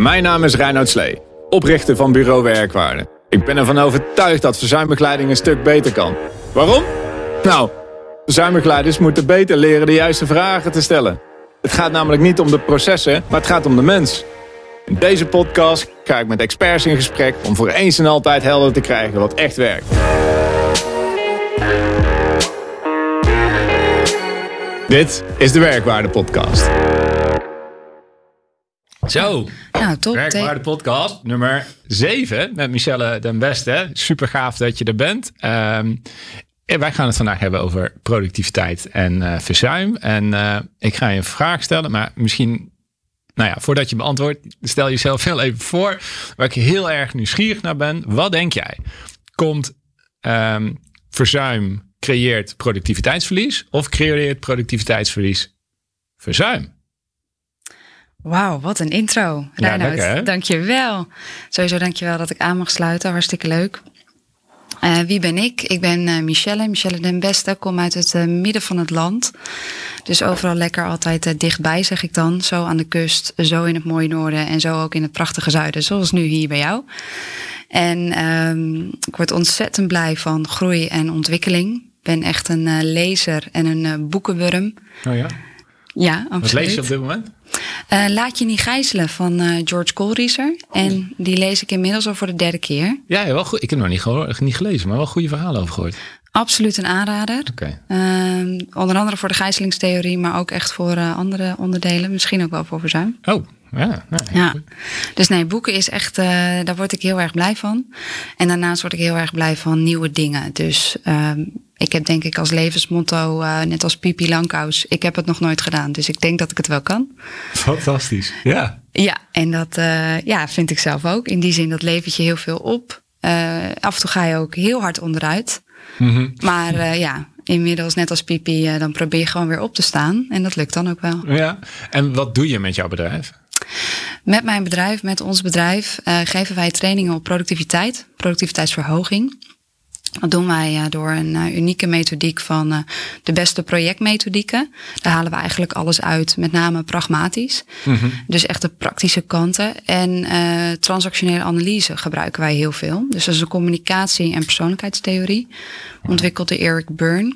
Mijn naam is Reinoud Slee, oprichter van Bureau Werkwaarde. Ik ben ervan overtuigd dat verzuimbegeleiding een stuk beter kan. Waarom? Nou, verzuimbegeleiders moeten beter leren de juiste vragen te stellen. Het gaat namelijk niet om de processen, maar het gaat om de mens. In deze podcast ga ik met experts in gesprek om voor eens en altijd helder te krijgen wat echt werkt. Dit is de Werkwaarde Podcast. Zo, nou, top. Werkwaarde Podcast nummer 7 met Michelle den Beste. Super gaaf dat je er bent. Wij gaan het vandaag hebben over productiviteit en verzuim. En ik ga je een vraag stellen, maar misschien, voordat je beantwoordt, stel jezelf heel even voor, waar ik heel erg nieuwsgierig naar ben. Wat denk jij? Komt verzuim creëert productiviteitsverlies of creëert productiviteitsverlies verzuim? Wauw, wat een intro. Reinoud, lekker, hè? Dank je wel. Sowieso dank je wel dat ik aan mag sluiten. Hartstikke leuk. Wie ben ik? Ik ben Michelle den Beste. Kom uit het midden van het land. Dus overal lekker altijd dichtbij, zeg ik dan. Zo aan de kust, zo in het mooie noorden en zo ook in het prachtige zuiden. Zoals nu hier bij jou. En ik word ontzettend blij van groei en ontwikkeling. Ik ben echt een lezer en een boekenwurm. Oh ja? Ja, absoluut. Wat lees je op dit moment? Laat je niet gijzelen van George Koolrieser. En die lees ik inmiddels al voor de 3e keer. Ja, wel goed. Ik heb het nog niet gelezen, maar wel goede verhalen over gehoord. Absoluut een aanrader. Okay. Onder andere voor de gijzelingstheorie, maar ook echt voor andere onderdelen. Misschien ook wel voor verzuim. Oh, ja. Ja. Dus nee, boeken is echt, daar word ik heel erg blij van. En daarnaast word ik heel erg blij van nieuwe dingen. Dus ik heb denk ik als levensmotto, net als Pipi Langkous, ik heb het nog nooit gedaan. Dus ik denk dat ik het wel kan. Fantastisch, ja. Ja, en dat vind ik zelf ook. In die zin, dat levert je heel veel op. Af en toe ga je ook heel hard onderuit. Mm-hmm. Maar inmiddels net als Pipi, dan probeer je gewoon weer op te staan. En dat lukt dan ook wel. Ja, en wat doe je met jouw bedrijf? Met mijn bedrijf, met ons bedrijf, geven wij trainingen op productiviteitsverhoging. Dat doen wij door een unieke methodiek van de beste projectmethodieken. Daar halen we eigenlijk alles uit, met name pragmatisch. Mm-hmm. Dus echt de praktische kanten. En transactionele analyse gebruiken wij heel veel. Dus dat is een communicatie- en persoonlijkheidstheorie. Ontwikkeld door Eric Berne.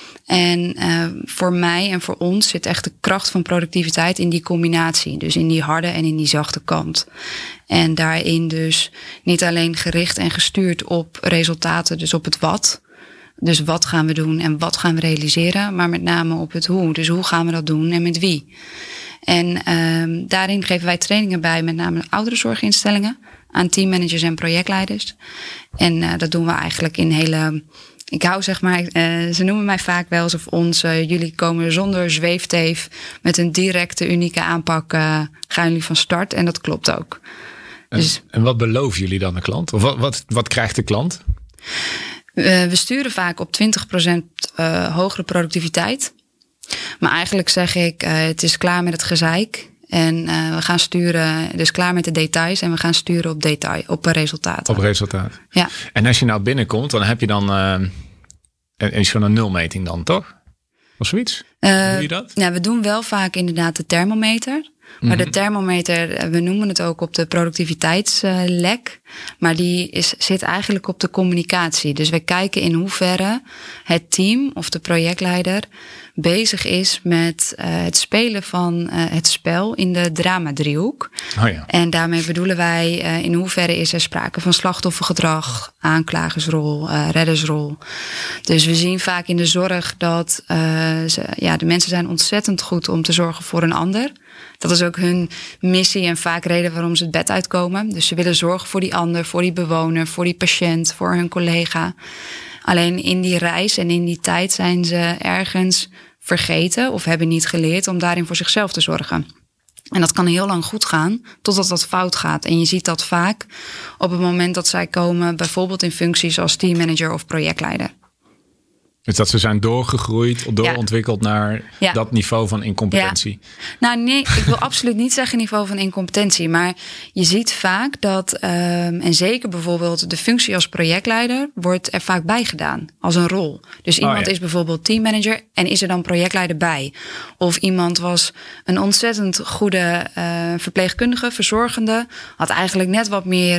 En voor mij en voor ons zit echt de kracht van productiviteit in die combinatie. Dus in die harde en in die zachte kant. En daarin dus niet alleen gericht en gestuurd op resultaten, dus op het wat. Dus wat gaan we doen en wat gaan we realiseren. Maar met name op het hoe. Dus hoe gaan we dat doen en met wie. En daarin geven wij trainingen bij met name ouderenzorginstellingen aan teammanagers en projectleiders. En dat doen we eigenlijk in hele... Ik hou ze noemen mij vaak wel alsof jullie komen zonder zweefteef met een directe, unieke aanpak, gaan jullie van start. En dat klopt ook. En wat beloven jullie dan de klant? Of wat krijgt de klant? We sturen vaak op 20% hogere productiviteit. Maar eigenlijk zeg ik, het is klaar met het gezeik. En we gaan sturen, dus klaar met de details. En we gaan sturen op resultaten. Op resultaat. Ja. En als je nou binnenkomt, dan heb je dan is gewoon een nulmeting dan, toch? Of zoiets? Hoe doe je dat? Ja, we doen wel vaak inderdaad de thermometer. Maar de thermometer, we noemen het ook op de productiviteitslek. Maar die zit eigenlijk op de communicatie. Dus we kijken in hoeverre het team of de projectleider bezig is met het spelen van het spel in de dramadriehoek. Oh ja. En daarmee bedoelen wij in hoeverre is er sprake van slachtoffergedrag, aanklagersrol, reddersrol. Dus we zien vaak in de zorg dat de mensen zijn ontzettend goed om te zorgen voor een ander. Dat is ook hun missie en vaak reden waarom ze het bed uitkomen. Dus ze willen zorgen voor die ander, voor die bewoner, voor die patiënt, voor hun collega. Alleen in die reis en in die tijd zijn ze ergens vergeten of hebben niet geleerd om daarin voor zichzelf te zorgen. En dat kan heel lang goed gaan, totdat dat fout gaat. En je ziet dat vaak op het moment dat zij komen, bijvoorbeeld in functies als teammanager of projectleider. Dus dat ze zijn doorontwikkeld naar dat niveau van incompetentie. Ja. Nou nee, ik wil absoluut niet zeggen niveau van incompetentie. Maar je ziet vaak dat, en zeker bijvoorbeeld de functie als projectleider, wordt er vaak bijgedaan als een rol. Dus iemand is bijvoorbeeld teammanager en is er dan projectleider bij. Of iemand was een ontzettend goede verpleegkundige, verzorgende. Had eigenlijk net wat meer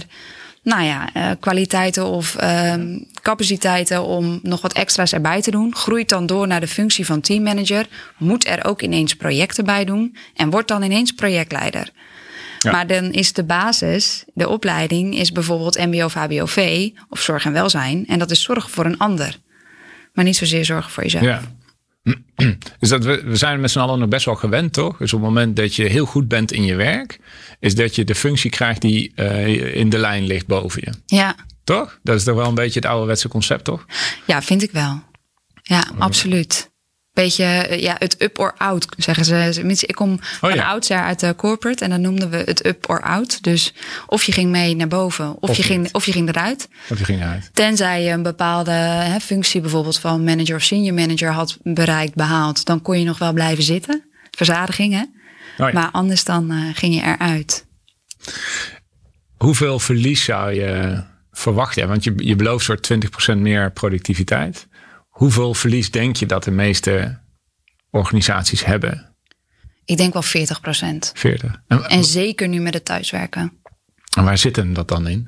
kwaliteiten of capaciteiten om nog wat extra's erbij te doen. Groeit dan door naar de functie van teammanager. Moet er ook ineens projecten bij doen. En wordt dan ineens projectleider. Ja. Maar dan is de basis, de opleiding, is bijvoorbeeld mbo of hbo-v of zorg en welzijn. En dat is zorg voor een ander. Maar niet zozeer zorgen voor jezelf. Ja. Dus dat we zijn met z'n allen nog best wel gewend, toch? Dus op het moment dat je heel goed bent in je werk, is dat je de functie krijgt die in de lijn ligt boven je. Ja. Toch? Dat is toch wel een beetje het ouderwetse concept, toch? Ja, vind ik wel. Ja, absoluut. Beetje het up or out, zeggen ze. Ik kom van oudsher uit de corporate en dan noemden we het up or out. Dus of je ging mee naar boven of je ging eruit. Of je ging eruit. Tenzij je een bepaalde functie bijvoorbeeld van manager of senior manager had behaald, dan kon je nog wel blijven zitten. Verzadiging, hè? Maar anders dan ging je eruit. Hoeveel verlies zou je verwachten? Ja, want je belooft soort 20% meer productiviteit. Hoeveel verlies denk je dat de meeste organisaties hebben? Ik denk wel 40%. 40. En zeker nu met het thuiswerken. En waar zit hem dat dan in?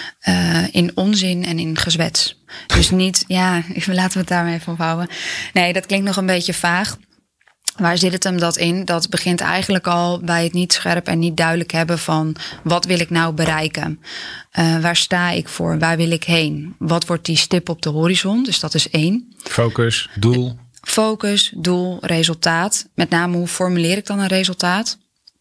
In onzin en in gezwets. Dus niet, laten we het daarmee even ophouden. Nee, dat klinkt nog een beetje vaag. Waar zit het hem dat in? Dat begint eigenlijk al bij het niet scherp en niet duidelijk hebben van wat wil ik nou bereiken? Waar sta ik voor? Waar wil ik heen? Wat wordt die stip op de horizon? Dus dat is 1. Focus, doel. Focus, doel, resultaat. Met name hoe formuleer ik dan een resultaat?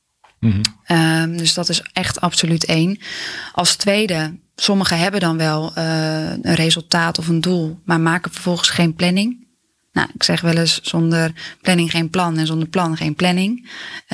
Mm-hmm. Dus dat is echt absoluut 1. Als tweede, sommigen hebben dan wel een resultaat of een doel, maar maken vervolgens geen planning. Nou, ik zeg wel eens, zonder planning geen plan en zonder plan geen planning.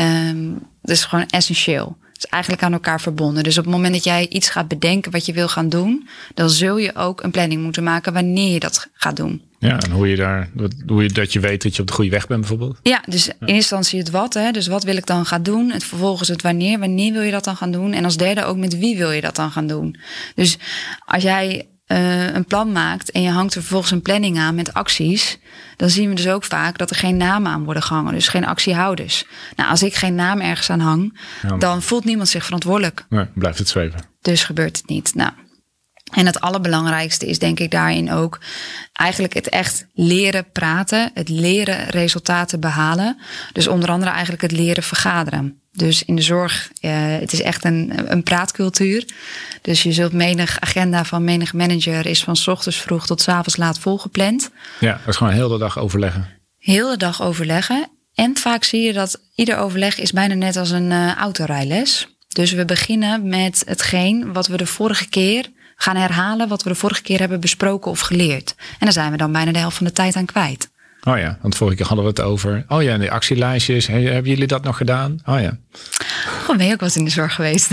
Dat is gewoon essentieel. Het is eigenlijk aan elkaar verbonden. Dus op het moment dat jij iets gaat bedenken wat je wil gaan doen, dan zul je ook een planning moeten maken wanneer je dat gaat doen. Ja, en hoe je dat je weet dat je op de goede weg bent bijvoorbeeld. Ja, dus in eerste instantie het wat. Hè? Dus wat wil ik dan gaan doen? En vervolgens het wanneer. Wanneer wil je dat dan gaan doen? En als derde ook met wie wil je dat dan gaan doen? Dus als jij een plan maakt en je hangt er vervolgens een planning aan met acties, dan zien we dus ook vaak dat er geen namen aan worden gehangen. Dus geen actiehouders. Nou, als ik geen naam ergens aan hang, dan voelt niemand zich verantwoordelijk. Nee, blijft het zweven. Dus gebeurt het niet. Nou, en het allerbelangrijkste is denk ik daarin ook eigenlijk het echt leren praten. Het leren resultaten behalen. Dus onder andere eigenlijk het leren vergaderen. Dus in de zorg, het is echt een praatcultuur. Dus je zult menig agenda van menig manager is van 's ochtends vroeg tot 's avonds laat volgepland. Ja, dat is gewoon heel de dag overleggen. Heel de dag overleggen. En vaak zie je dat ieder overleg is bijna net als een autorijles. Dus we beginnen met hetgeen wat we de vorige keer gaan herhalen, wat we de vorige keer hebben besproken of geleerd. En daar zijn we dan bijna de helft van de tijd aan kwijt. Oh ja, want vorige keer hadden we het over, de actielijstjes. Hebben jullie dat nog gedaan? Oh ja. Gewoon ben je ook wel eens in de zorg geweest.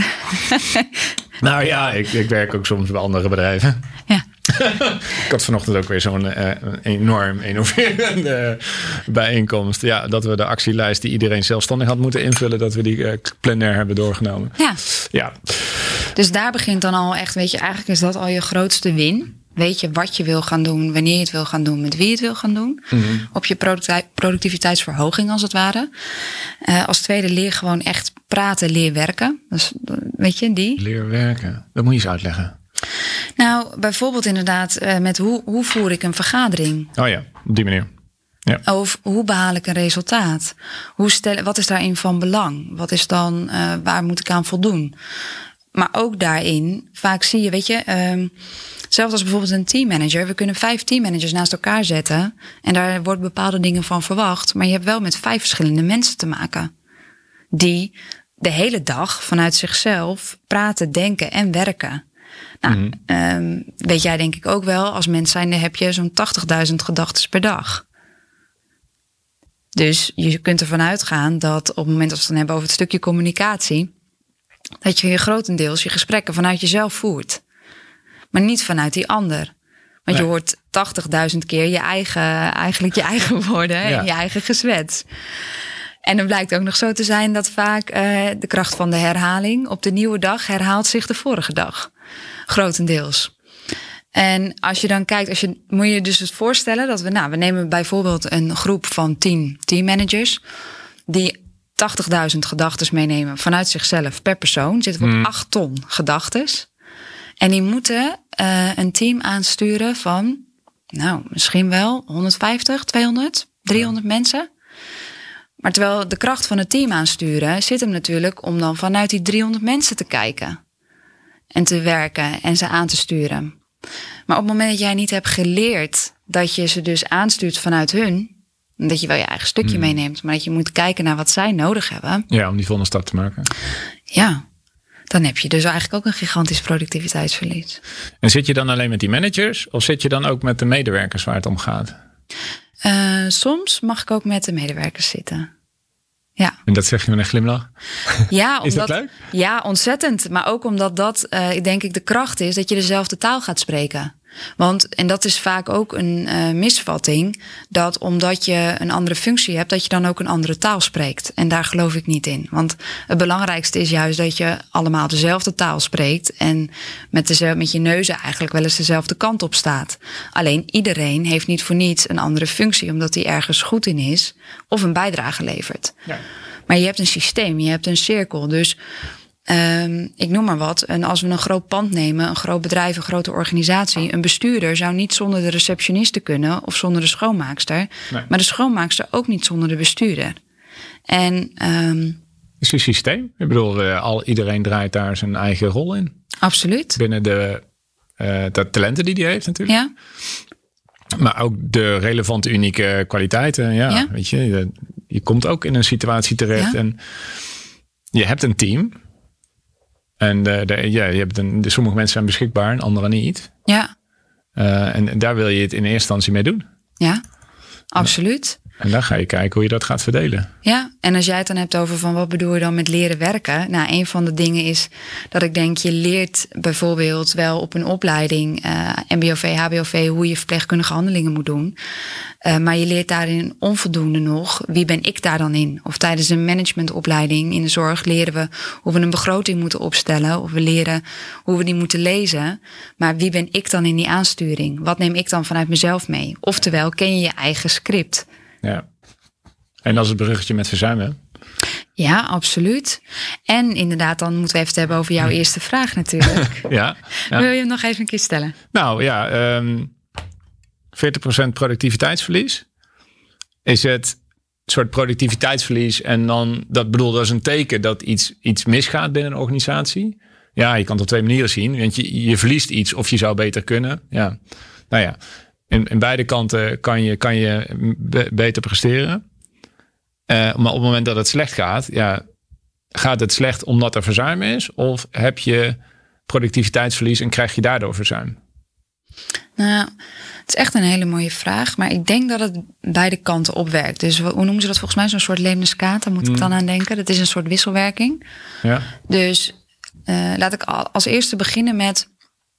Nou ja, ik werk ook soms bij andere bedrijven. Ja. Ik had vanochtend ook weer zo'n enorm innoverende bijeenkomst. Ja, dat we de actielijst die iedereen zelfstandig had moeten invullen, dat we die plenair hebben doorgenomen. Ja. Dus daar begint dan al echt, eigenlijk is dat al je grootste win. Weet je wat je wil gaan doen, wanneer je het wil gaan doen, met wie je het wil gaan doen. Mm-hmm. Op je productiviteitsverhoging als het ware. Als tweede leer gewoon echt praten, leer werken. Dus weet je, die. Leer werken, dat moet je eens uitleggen. Nou, bijvoorbeeld inderdaad met hoe voer ik een vergadering. Oh ja, op die manier. Ja. Of hoe behaal ik een resultaat? Wat is daarin van belang? Wat is dan, waar moet ik aan voldoen? Maar ook daarin, vaak zie je, weet je, zelfs als bijvoorbeeld een teammanager. We kunnen 5 teammanagers naast elkaar zetten. En daar wordt bepaalde dingen van verwacht. Maar je hebt wel met 5 verschillende mensen te maken. Die de hele dag vanuit zichzelf praten, denken en werken. Nou, weet jij denk ik ook wel, als mens zijnde heb je zo'n 80.000 gedachten per dag. Dus je kunt ervan uitgaan dat op het moment dat we het dan hebben over het stukje communicatie, dat je grotendeels je gesprekken vanuit jezelf voert. Maar niet vanuit die ander. Want je hoort 80.000 keer je eigen woorden en je eigen gezwets. En dan blijkt ook nog zo te zijn dat vaak de kracht van de herhaling op de nieuwe dag herhaalt zich de vorige dag. Grotendeels. En als je dan kijkt, moet je dus het voorstellen dat we nemen bijvoorbeeld een groep van 10 teammanagers die 80.000 gedachtes meenemen vanuit zichzelf per persoon. Zitten we op 8 ton gedachtes. En die moeten een team aansturen van, misschien wel 150, 200, 300 mensen. Maar terwijl de kracht van het team aansturen zit hem natuurlijk om dan vanuit die 300 mensen te kijken. En te werken en ze aan te sturen. Maar op het moment dat jij niet hebt geleerd dat je ze dus aanstuurt vanuit hun, dat je wel je eigen stukje meeneemt, maar dat je moet kijken naar wat zij nodig hebben. Ja, om die volgende stap te maken. Ja, dan heb je dus eigenlijk ook een gigantisch productiviteitsverlies. En zit je dan alleen met die managers of zit je dan ook met de medewerkers waar het om gaat? Soms mag ik ook met de medewerkers zitten. Ja. En dat zeg je met een glimlach? Ja, is dat leuk? Ja, ontzettend. Maar ook omdat dat, denk ik, de kracht is dat je dezelfde taal gaat spreken. En dat is vaak ook een misvatting, dat omdat je een andere functie hebt, dat je dan ook een andere taal spreekt. En daar geloof ik niet in. Want het belangrijkste is juist dat je allemaal dezelfde taal spreekt en met je neuzen eigenlijk wel eens dezelfde kant op staat. Alleen iedereen heeft niet voor niets een andere functie, omdat hij ergens goed in is of een bijdrage levert. Ja. Maar je hebt een systeem, je hebt een cirkel. Dus ik noem maar wat. En als we een groot pand nemen, een groot bedrijf, een grote organisatie, een bestuurder zou niet zonder de receptioniste kunnen of zonder de schoonmaakster. Nee. Maar de schoonmaakster ook niet zonder de bestuurder. En is een systeem? Ik bedoel, iedereen draait daar zijn eigen rol in. Absoluut. Binnen de talenten die hij heeft natuurlijk. Ja. Maar ook de relevante, unieke kwaliteiten. Ja. Weet je, je komt ook in een situatie terecht en je hebt een team. En je hebt sommige mensen zijn beschikbaar en anderen niet. Ja. En daar wil je het in eerste instantie mee doen. Ja, absoluut. En dan ga je kijken hoe je dat gaat verdelen. Ja, en als jij het dan hebt over van wat bedoel je dan met leren werken? Nou, een van de dingen is dat ik denk je leert bijvoorbeeld wel op een opleiding, MBOV, HBOV, hoe je verpleegkundige handelingen moet doen. Maar je leert daarin onvoldoende nog, wie ben ik daar dan in? Of tijdens een managementopleiding in de zorg leren we hoe we een begroting moeten opstellen. Of we leren hoe we die moeten lezen. Maar wie ben ik dan in die aansturing? Wat neem ik dan vanuit mezelf mee? Oftewel, ken je je eigen script? Ja. En dat is het bruggetje met verzuimen. Ja, absoluut. En inderdaad, dan moeten we even het hebben over jouw eerste vraag natuurlijk. Ja. Wil je hem nog even een keer stellen? Nou ja, 40% productiviteitsverlies. Is het een soort productiviteitsverlies en dan, dat is een teken dat iets misgaat binnen een organisatie? Ja, je kan het op 2 manieren zien. Want je verliest iets of je zou beter kunnen. Ja. Nou ja, in beide kanten kan je beter presteren. Maar op het moment dat het slecht gaat, gaat het slecht omdat er verzuim is? Of heb je productiviteitsverlies en krijg je daardoor verzuim? Nou, het is echt een hele mooie vraag. Maar ik denk dat het beide kanten opwerkt. Dus hoe noemen ze dat volgens mij? Zo'n soort lemniskata moet ik dan aan denken. Dat is een soort wisselwerking. Ja. Dus laat ik als eerste beginnen met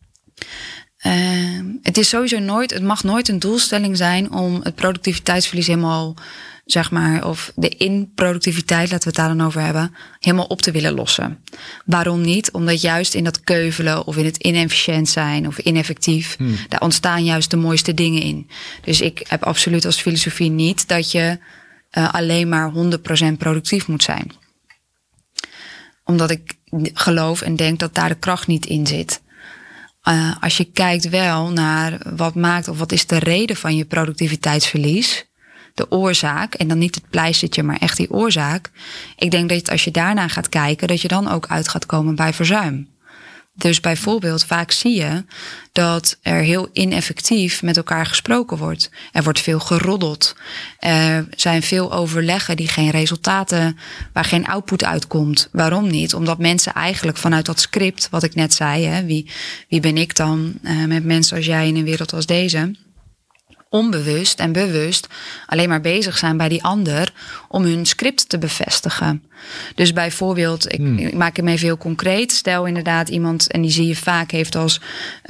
het is sowieso nooit, het mag nooit een doelstelling zijn om het productiviteitsverlies helemaal, zeg maar, of de inproductiviteit, laten we het daar dan over hebben, helemaal op te willen lossen. Waarom niet? Omdat juist in dat keuvelen of in het inefficiënt zijn of ineffectief, daar ontstaan juist de mooiste dingen in. Dus ik heb absoluut als filosofie niet dat je alleen maar 100% productief moet zijn. Omdat ik geloof en denk dat daar de kracht niet in zit. Als je kijkt wel naar wat maakt of wat is de reden van je productiviteitsverlies, de oorzaak, en dan niet het pleistertje, maar echt die oorzaak. Ik denk dat als je daarna gaat kijken, dat je dan ook uit gaat komen bij verzuim. Dus bijvoorbeeld, vaak zie je dat er heel ineffectief met elkaar gesproken wordt. Er wordt veel geroddeld. Er zijn veel overleggen die geen resultaten, waar geen output uitkomt. Waarom niet? Omdat mensen eigenlijk vanuit dat script, wat ik net zei, wie ben ik dan met mensen als jij in een wereld als deze, onbewust en bewust alleen maar bezig zijn bij die ander om hun script te bevestigen. Dus bijvoorbeeld, ik maak hem even heel concreet. Stel inderdaad iemand, en die zie je vaak, heeft als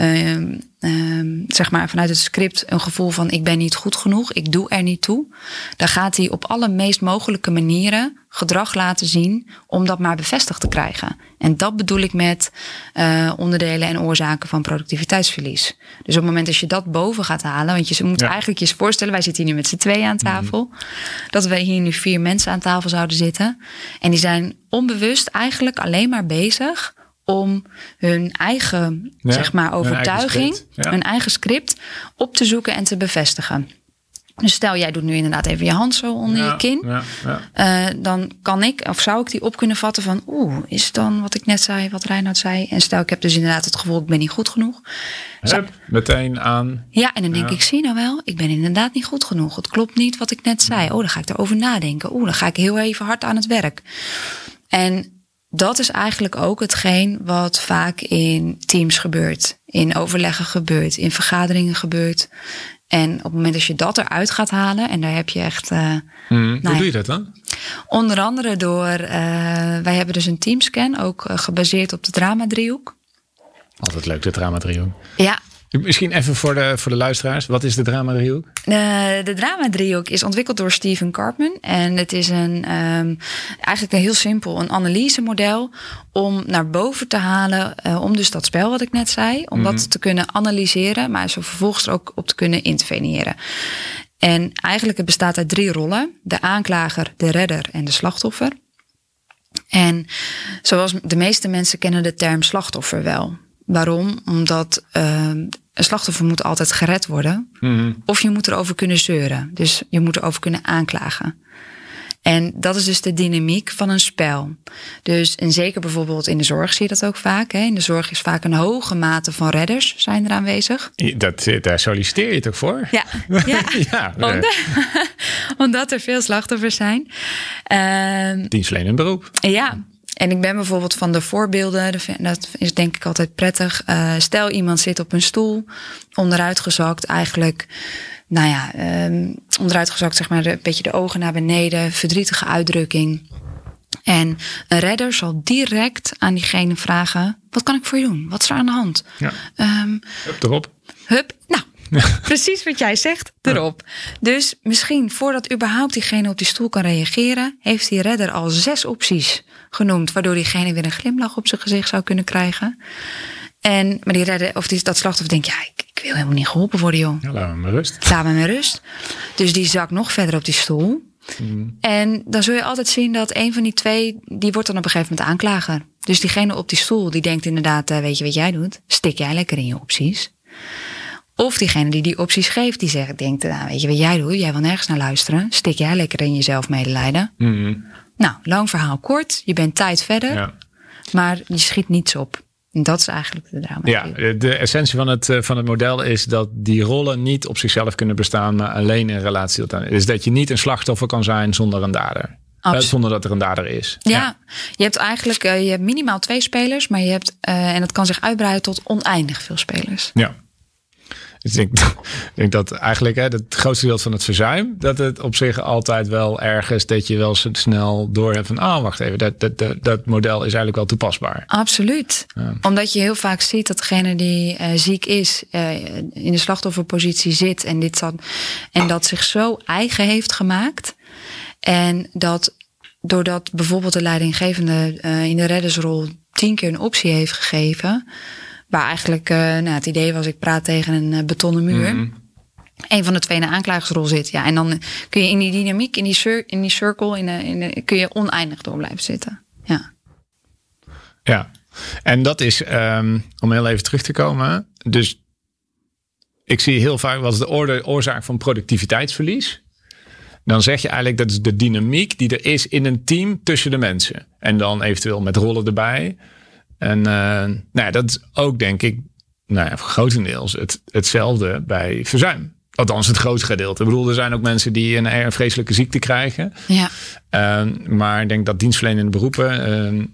zeg maar vanuit het script een gevoel van ik ben niet goed genoeg, ik doe er niet toe. Dan gaat hij op alle meest mogelijke manieren gedrag laten zien om dat maar bevestigd te krijgen. En dat bedoel ik met onderdelen en oorzaken van productiviteitsverlies. Dus op het moment dat je dat boven gaat halen, want je moet eigenlijk je eens voorstellen, wij zitten hier nu met z'n tweeën aan tafel, dat wij hier nu 4 mensen aan tafel zouden zitten. En die zijn onbewust eigenlijk alleen maar bezig om hun eigen zeg maar overtuiging, hun eigen script op te zoeken en te bevestigen. Dus stel, jij doet nu inderdaad even je hand zo onder je kin. Dan kan ik, of zou ik die op kunnen vatten van is het dan wat ik net zei, wat Reinoud zei. En stel, ik heb dus inderdaad het gevoel, ik ben niet goed genoeg. Meteen aan. Ja, en dan denk ik, zie nou wel, ik ben inderdaad niet goed genoeg. Het klopt niet wat ik net zei. Dan ga ik erover nadenken. Dan ga ik heel even hard aan het werk. En dat is eigenlijk ook hetgeen wat vaak in teams gebeurt. In overleggen gebeurt, in vergaderingen gebeurt. En op het moment dat je dat eruit gaat halen, en daar heb je echt... Hoe doe je dat dan? Onder andere door... wij hebben dus een teamscan, ook gebaseerd op de drama-driehoek. Altijd leuk, de drama-driehoek. Ja. Misschien even voor de luisteraars. Wat is de drama-driehoek? De drama-driehoek is ontwikkeld door Stephen Karpman. En het is eigenlijk een heel simpel een analysemodel om naar boven te halen. Om dus dat spel wat ik net zei. Om dat te kunnen analyseren. Maar zo vervolgens er ook op te kunnen interveneren. En eigenlijk het bestaat uit 3 rollen. De aanklager, de redder en de slachtoffer. En zoals de meeste mensen kennen de term slachtoffer wel. Waarom? Omdat een slachtoffer moet altijd gered worden. Of je moet erover kunnen zeuren. Dus je moet erover kunnen aanklagen. En dat is dus de dynamiek van een spel. Dus, en zeker bijvoorbeeld in de zorg zie je dat ook vaak. Hè? In de zorg is vaak een hoge mate van redders zijn er aanwezig. Daar solliciteer je toch voor? Ja. Omdat er veel slachtoffers zijn. Dienstverlenend beroep. Ja. En ik ben bijvoorbeeld van de voorbeelden, dat is denk ik altijd prettig. Stel iemand zit op een stoel, onderuitgezakt eigenlijk. Onderuitgezakt zeg maar een beetje de ogen naar beneden, verdrietige uitdrukking. En een redder zal direct aan diegene vragen, wat kan ik voor je doen? Wat is er aan de hand? Ja. Hup, erop. Precies wat jij zegt, erop. Dus misschien voordat überhaupt diegene op die stoel kan reageren, heeft die redder al 6 opties genoemd, waardoor diegene weer een glimlach op zijn gezicht zou kunnen krijgen. Maar die redder, of dat slachtoffer denkt, ik wil helemaal niet geholpen worden, joh. Ja, laat me maar rust. Laat me maar rust. Dus die zakt nog verder op die stoel. En dan zul je altijd zien dat een van die 2, die wordt dan op een gegeven moment aanklager. Dus diegene op die stoel, die denkt inderdaad, weet je wat jij doet? Stik jij lekker in je opties. Of diegene die opties geeft, die denkt, weet je wat jij doet? Jij wil nergens naar luisteren. Stik jij lekker in jezelf medelijden. Nou, lang verhaal kort. Je bent tijd verder. Maar je schiet niets op. En dat is eigenlijk de drama. Ja, de essentie van het model is dat die rollen niet op zichzelf kunnen bestaan, maar alleen in relatie tot aan. Dus dat je niet een slachtoffer kan zijn zonder een dader. Zonder dat er een dader is. Ja. Je hebt eigenlijk je hebt minimaal 2 spelers, maar je hebt, en dat kan zich uitbreiden tot oneindig veel spelers. Ja. Dus ik denk dat eigenlijk het grootste deel van het verzuim, dat het op zich altijd wel ergens dat je wel snel door hebt van, wacht even, dat model is eigenlijk wel toepasbaar. Absoluut. Ja. Omdat je heel vaak ziet dat degene die ziek is, in de slachtofferpositie zit en dat zich zo eigen heeft gemaakt. En dat doordat bijvoorbeeld de leidinggevende in de reddersrol 10 keer een optie heeft gegeven, waar eigenlijk het idee was, ik praat tegen een betonnen muur. Een van de 2 in de aanklagersrol zit. Ja, en dan kun je in die dynamiek, in die circle, kun je oneindig door blijven zitten. Ja. En dat is, om heel even terug te komen. Dus ik zie heel vaak, wat is de oorzaak van productiviteitsverlies? Dan zeg je eigenlijk, dat is de dynamiek die er is in een team tussen de mensen. En dan eventueel met rollen erbij. En dat is ook, denk ik, grotendeels hetzelfde bij verzuim. Althans, het grootste gedeelte. Ik bedoel, er zijn ook mensen die een vreselijke ziekte krijgen. Ja. Maar ik denk dat dienstverlenende beroepen,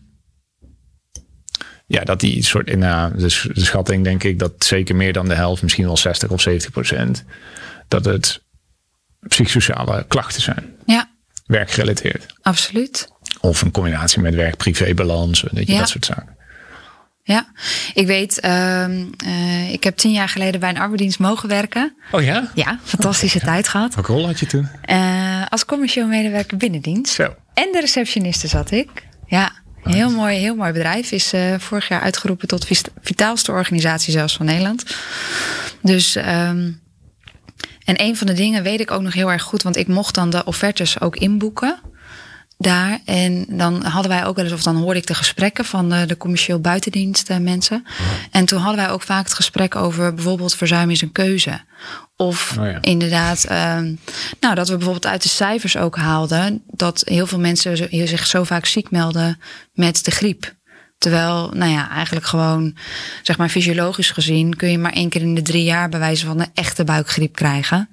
dat die soort, de schatting denk ik dat zeker meer dan de helft, misschien wel 60 of 70%, dat het psychosociale klachten zijn. Ja, Werkgerelateerd. absoluut. Of een combinatie met werk-privé-balans. Dat soort zaken. Ja, ik weet, ik heb 10 jaar geleden bij een arbeidsdienst mogen werken. Oh ja? Ja, fantastische tijd gehad. Welke rol had je toen? Als commercieel medewerker binnendienst. Zo. En de receptioniste zat ik. Ja, een heel mooi bedrijf. Is vorig jaar uitgeroepen tot vitaalste organisatie zelfs van Nederland. Dus, en een van de dingen weet ik ook nog heel erg goed. Want ik mocht dan de offertes ook inboeken daar. En dan hadden wij ook wel eens, of dan hoorde ik de gesprekken van de commercieel buitendienst mensen. En toen hadden wij ook vaak het gesprek over bijvoorbeeld verzuim is een keuze. Of inderdaad, dat we bijvoorbeeld uit de cijfers ook haalden dat heel veel mensen zich zo vaak ziek melden met de griep. Terwijl, eigenlijk gewoon, zeg maar fysiologisch gezien, kun je maar 1 keer in de 3 jaar bij wijze van een echte buikgriep krijgen.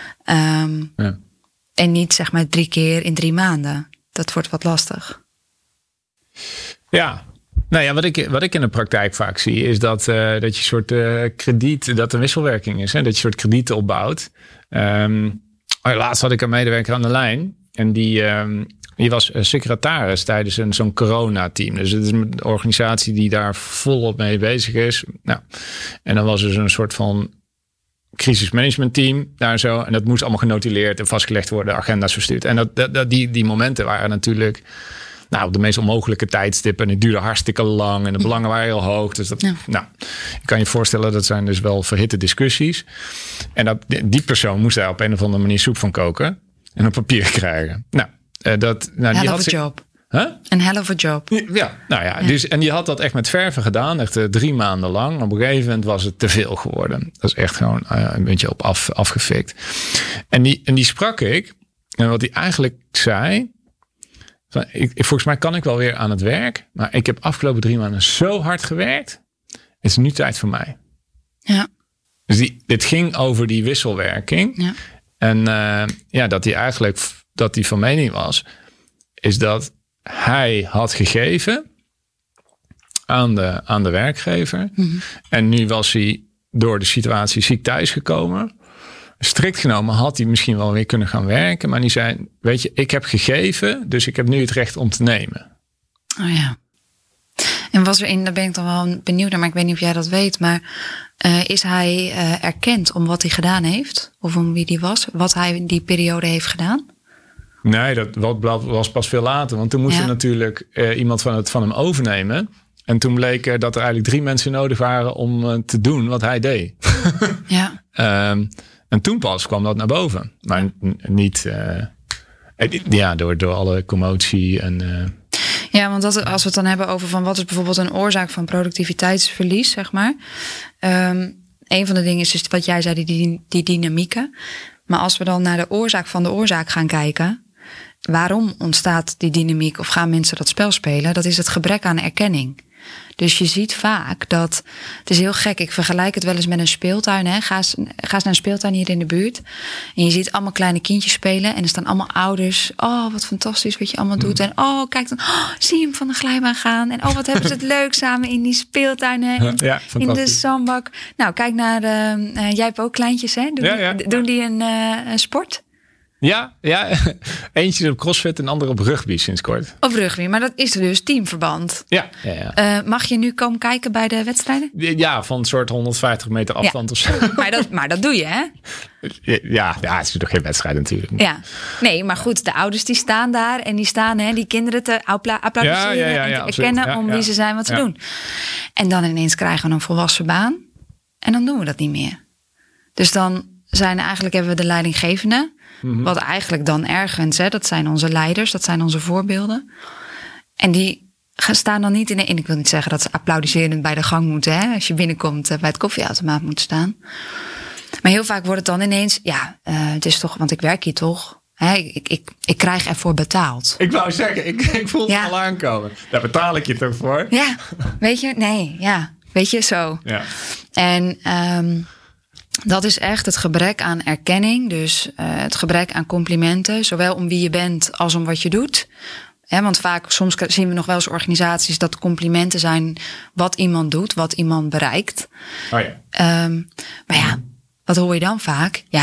En niet zeg maar 3 keer in 3 maanden. Dat wordt wat lastig. Ja, wat ik in de praktijk vaak zie is dat je een soort krediet, dat er wisselwerking is. Hè? Dat je een soort kredieten opbouwt. Laatst had ik een medewerker aan de lijn. En die was secretaris tijdens zo'n coronateam. Dus het is een organisatie die daar volop mee bezig is. Nou, en dan was er een soort van crisismanagementteam daar zo. En dat moest allemaal genotuleerd en vastgelegd worden, agenda's verstuurd. En die momenten waren natuurlijk op de meest onmogelijke tijdstippen. En het duurde hartstikke lang en de belangen waren heel hoog. Dus je kan je voorstellen, dat zijn dus wel verhitte discussies. En die persoon moest daar op een of andere manier soep van koken en op papier krijgen. Hell of a job. Huh? Een hell of a job. Ja. Dus, en die had dat echt met verven gedaan. Echt 3 maanden lang. Op een gegeven moment was het te veel geworden. Dat is echt gewoon een beetje op afgefikt. En die sprak ik. En wat hij eigenlijk zei. Volgens mij kan ik wel weer aan het werk. Maar ik heb afgelopen 3 maanden zo hard gewerkt. Het is nu tijd voor mij. Ja. Dus dit ging over die wisselwerking. Ja. En dat hij van mening was. Is dat hij had gegeven aan de werkgever. Mm-hmm. En nu was hij door de situatie ziek thuisgekomen. Strikt genomen had hij misschien wel weer kunnen gaan werken. Maar die zei, weet je, ik heb gegeven. Dus ik heb nu het recht om te nemen. Oh ja. En daar ben ik dan wel benieuwd naar. Maar ik weet niet of jij dat weet. Maar is hij erkend om wat hij gedaan heeft? Of om wie die was? Wat hij in die periode heeft gedaan? Nee, dat was pas veel later. Want toen moest er natuurlijk iemand van hem overnemen. En toen bleek dat er eigenlijk 3 mensen nodig waren om te doen wat hij deed. Ja. En toen pas kwam dat naar boven. Maar niet door alle commotie en... Ja, want als we het dan hebben over van wat is bijvoorbeeld een oorzaak van productiviteitsverlies, zeg maar. Een van de dingen is dus wat jij zei, die dynamieken. Maar als we dan naar de oorzaak van de oorzaak gaan kijken, waarom ontstaat die dynamiek of gaan mensen dat spel spelen? Dat is het gebrek aan erkenning. Dus je ziet vaak dat, het is heel gek, ik vergelijk het wel eens met een speeltuin. Hè. Ga eens naar een speeltuin hier in de buurt. En je ziet allemaal kleine kindjes spelen. En er staan allemaal ouders. Oh, wat fantastisch wat je allemaal doet. En kijk dan, zie je hem van de glijbaan gaan. En wat hebben ze het leuk samen in die speeltuin. Hè. In de zandbak. Nou, kijk naar, jij hebt ook kleintjes, hè? Doen die een sport? Ja. Eentje op CrossFit en andere op rugby sinds kort. Op rugby, maar dat is dus teamverband. Ja. Mag je nu komen kijken bij de wedstrijden? Ja, van een soort 150 meter afstand of zo. Maar dat doe je, hè? Ja, het is nog geen wedstrijd natuurlijk. Ja, nee, maar goed, de ouders die staan daar en die staan die kinderen te applaudisseren en te erkennen om wie ze zijn, wat ze doen. En dan ineens krijgen we een volwassen baan en dan doen we dat niet meer. Dus dan hebben we de leidinggevende. Mm-hmm. Wat eigenlijk dan ergens, dat zijn onze leiders, dat zijn onze voorbeelden. En die staan dan niet en ik wil niet zeggen dat ze applaudiserend bij de gang moeten, hè, als je binnenkomt bij het koffieautomaat moet staan. Maar heel vaak wordt het dan ineens, het is toch, want ik werk hier toch. Hè, ik krijg ervoor betaald. Ik wou zeggen, ik voel het al aankomen. Daar betaal ik je toch voor? Ja, weet je, zo. Ja. En dat is echt het gebrek aan erkenning. Dus het gebrek aan complimenten. Zowel om wie je bent als om wat je doet. Want soms zien we nog wel eens organisaties dat complimenten zijn wat iemand doet, wat iemand bereikt. Oh ja. Maar wat hoor je dan vaak? Ja,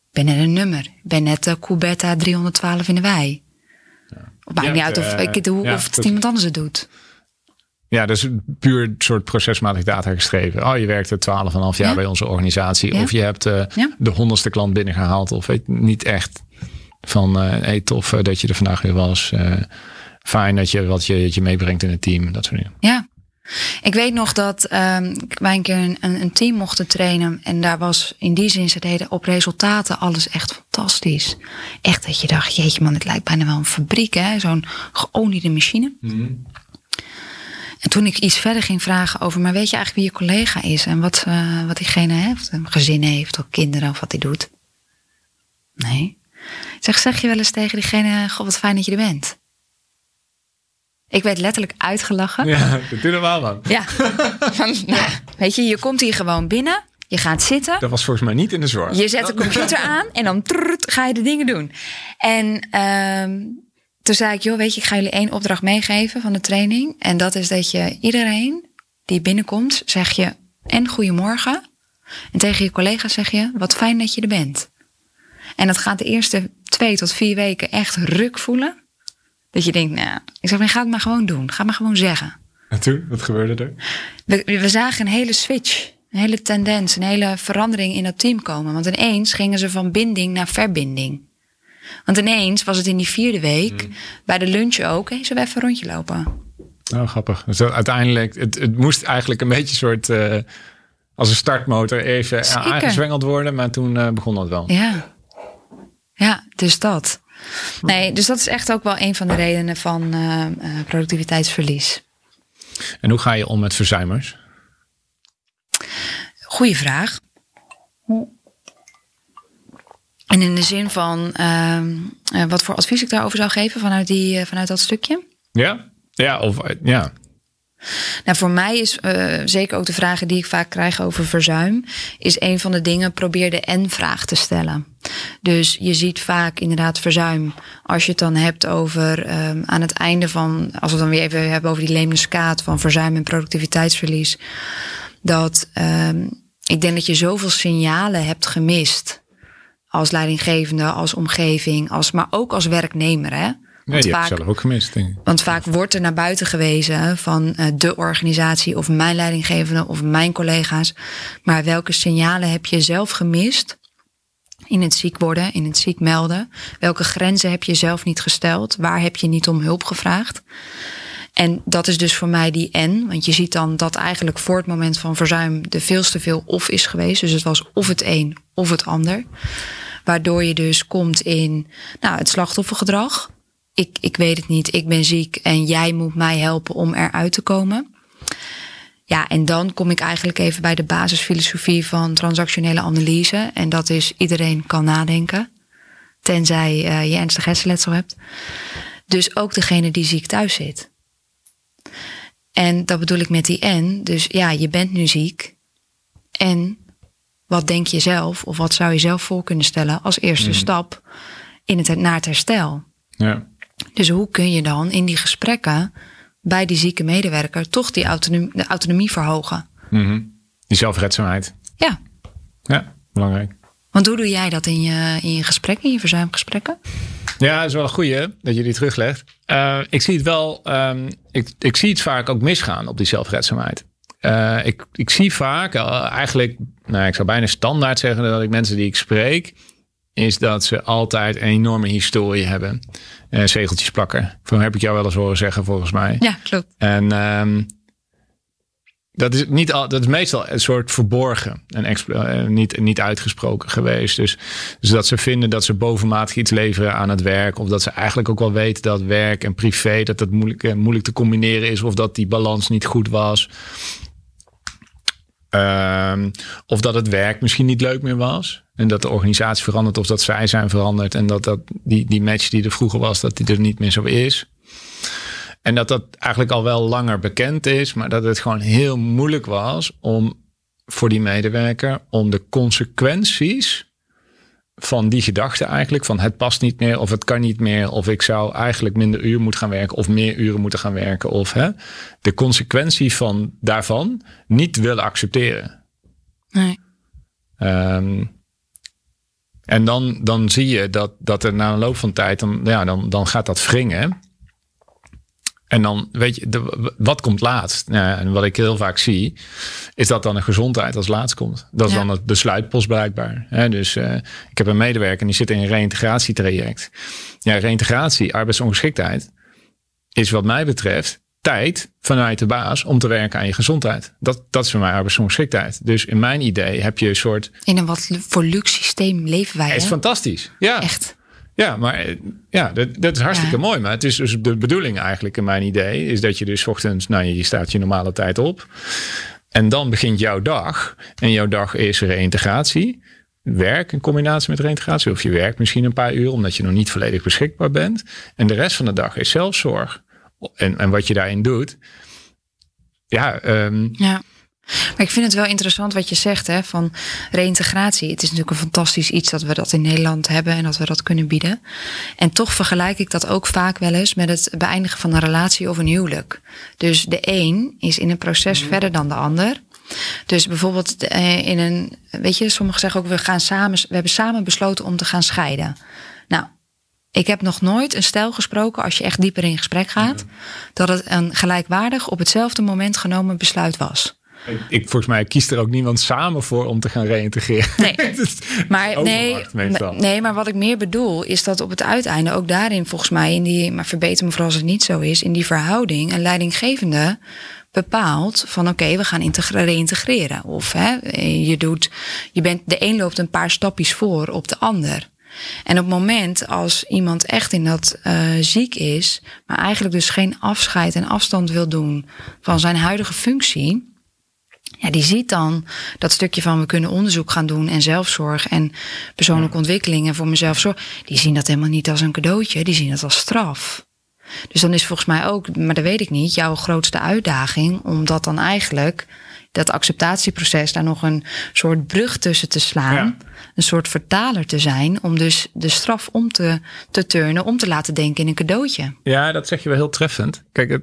ben net een nummer. Ik ben net Cubetta 312 in de wei. Of maakt niet uit of ik het doe of het iemand anders het doet. Ja, dus puur soort procesmatig data geschreven. Je werkte 12,5 jaar bij onze organisatie. Ja. Of je hebt de 100ste klant binnengehaald. Of weet niet echt van tof dat je er vandaag weer was. Fijn dat je wat je meebrengt in het team. Dat soort dingen. Ja. Ik weet nog dat wij een keer een team mochten trainen. En daar was in die zin, ze deden op resultaten alles echt fantastisch. Echt dat je dacht, jeetje man, het lijkt bijna wel een fabriek. Hè? Zo'n geoliede machine. Mm-hmm. En toen ik iets verder ging vragen over, maar weet je eigenlijk wie je collega is? En wat diegene heeft? Een gezin heeft of kinderen of wat hij doet? Nee. Zeg je wel eens tegen diegene, goh, wat fijn dat je er bent. Ik werd letterlijk uitgelachen. Ja, dat doe je wel, man. Ja. Weet je komt hier gewoon binnen. Je gaat zitten. Dat was volgens mij niet in de zorg. Je zet de computer aan en dan ga je de dingen doen. En toen zei ik, weet je, ik ga jullie 1 opdracht meegeven van de training. En dat is dat je iedereen die binnenkomt, zeg je en goedemorgen. En tegen je collega's zeg je, wat fijn dat je er bent. En dat gaat de eerste 2 tot 4 weken echt ruk voelen. Dat je denkt, ik zeg, ga het maar gewoon doen. Ga het maar gewoon zeggen. En toen, wat gebeurde er? We zagen een hele switch. Een hele tendens, een hele verandering in dat team komen. Want ineens gingen ze van binding naar verbinding. Want ineens was het in die 4e week, bij de lunch ook, zullen we even een rondje lopen? Nou, grappig. Dus uiteindelijk, het moest eigenlijk een beetje een soort, als een startmotor even aangezwengeld worden. Maar toen begon dat wel. Ja, dus dat. Nee, dus dat is echt ook wel een van de redenen van productiviteitsverlies. En hoe ga je om met verzuimers? Goeie vraag. En in de zin van wat voor advies ik daarover zou geven vanuit dat stukje? Ja. Nou, voor mij is zeker ook de vragen die ik vaak krijg over verzuim, is een van de dingen, probeer de en-vraag te stellen. Dus je ziet vaak inderdaad verzuim, als je het dan hebt over aan het einde van, als we het dan weer even hebben over die lemniscaat van verzuim en productiviteitsverlies, dat ik denk dat je zoveel signalen hebt gemist als leidinggevende, als omgeving, maar ook als werknemer, hè? Nee, die heb ik zelf ook gemist, denk ik. Want vaak wordt er naar buiten gewezen van de organisatie of mijn leidinggevende of mijn collega's. Maar welke signalen heb je zelf gemist in het ziek worden, in het ziek melden? Welke grenzen heb je zelf niet gesteld? Waar heb je niet om hulp gevraagd? En dat is dus voor mij die en. Want je ziet dan dat eigenlijk voor het moment van verzuim er veel te veel of is geweest. Dus het was of het een of het ander. Waardoor je dus komt in het slachtoffergedrag. Ik weet het niet, ik ben ziek en jij moet mij helpen om eruit te komen. Ja, en dan kom ik eigenlijk even bij de basisfilosofie van transactionele analyse. En dat is, iedereen kan nadenken. Tenzij je ernstig hersenletsel hebt. Dus ook degene die ziek thuis zit. En dat bedoel ik met die en. Dus ja, je bent nu ziek. En wat denk je zelf, of wat zou je zelf voor kunnen stellen als eerste stap naar het herstel? Ja. Dus hoe kun je dan in die gesprekken bij die zieke medewerker toch de autonomie verhogen? Mm-hmm. Die zelfredzaamheid. Ja. Ja, belangrijk. Want hoe doe jij dat in je gesprekken, in je verzuimgesprekken? Ja, dat is wel een goeie dat je die teruglegt. Ik zie het wel, ik zie het vaak ook misgaan op die zelfredzaamheid. Ik zie vaak eigenlijk, ik zou bijna standaard zeggen dat ik mensen die ik spreek, is dat ze altijd een enorme historie hebben. Zegeltjes plakken. Van heb ik jou wel eens horen zeggen, volgens mij. Ja, klopt. En dat is meestal een soort verborgen en niet uitgesproken geweest. Dus dat ze vinden dat ze bovenmatig iets leveren aan het werk. Of dat ze eigenlijk ook wel weten dat werk en privé, dat moeilijk te combineren is. Of dat die balans niet goed was. Of dat het werk misschien niet leuk meer was. En dat de organisatie verandert of dat zij zijn veranderd. En dat die match die er vroeger was, dat die er niet meer zo is. En dat eigenlijk al wel langer bekend is. Maar dat het gewoon heel moeilijk was voor die medewerker om de consequenties van die gedachte eigenlijk. Van het past niet meer of het kan niet meer. Of ik zou eigenlijk minder uur moeten gaan werken. Of meer uren moeten gaan werken. Of de consequentie daarvan niet willen accepteren. Nee. En dan zie je dat er na een loop van tijd, dan gaat dat wringen. En dan weet je, wat komt laatst? Nou, en wat ik heel vaak zie, is dat dan een gezondheid als laatst komt. Dat is dan de sluitpost blijkbaar. Dus ik heb een medewerker en die zit in een reïntegratietraject. Ja, reïntegratie, arbeidsongeschiktheid, is wat mij betreft tijd vanuit de baas om te werken aan je gezondheid. Dat is voor mij arbeidsongeschiktheid. Dus in mijn idee heb je een soort... In een wat voor luxe systeem leven wij. Het is fantastisch. Ja. Echt. Ja, maar dat is hartstikke mooi. Maar het is dus de bedoeling eigenlijk in mijn idee, is dat je dus 's ochtends, je staat je normale tijd op. En dan begint jouw dag. En jouw dag is reïntegratie. Werk in combinatie met reïntegratie. Of je werkt misschien een paar uur, omdat je nog niet volledig beschikbaar bent. En de rest van de dag is zelfzorg. En wat je daarin doet. Ja. Maar ik vind het wel interessant wat je zegt, hè, van reïntegratie. Het is natuurlijk een fantastisch iets dat we dat in Nederland hebben en dat we dat kunnen bieden. En toch vergelijk ik dat ook vaak wel eens met het beëindigen van een relatie of een huwelijk. Dus de een is in een proces verder dan de ander. Dus bijvoorbeeld sommigen zeggen ook, we hebben samen besloten om te gaan scheiden. Nou, ik heb nog nooit een stel gesproken, als je echt dieper in gesprek gaat, dat het een gelijkwaardig op hetzelfde moment genomen besluit was. Volgens mij kiest er ook niemand samen voor om te gaan reïntegreren. Nee, maar wat ik meer bedoel is dat op het uiteinde ook daarin volgens mij, maar verbeter me vooral als het niet zo is, in die verhouding een leidinggevende bepaalt van oké, we gaan reïntegreren. Of de een loopt een paar stapjes voor op de ander. En op het moment als iemand echt in dat ziek is, maar eigenlijk dus geen afscheid en afstand wil doen van zijn huidige functie, ja, die ziet dan dat stukje van we kunnen onderzoek gaan doen en zelfzorg en persoonlijke ontwikkeling en voor mezelf zorg. Die zien dat helemaal niet als een cadeautje, die zien dat als straf. Dus dan is volgens mij ook, maar dat weet ik niet, jouw grootste uitdaging om dat dan eigenlijk, dat acceptatieproces, daar nog een soort brug tussen te slaan. Ja. Een soort vertaler te zijn om dus de straf om te turnen, om te laten denken in een cadeautje. Ja, dat zeg je wel heel treffend. Kijk,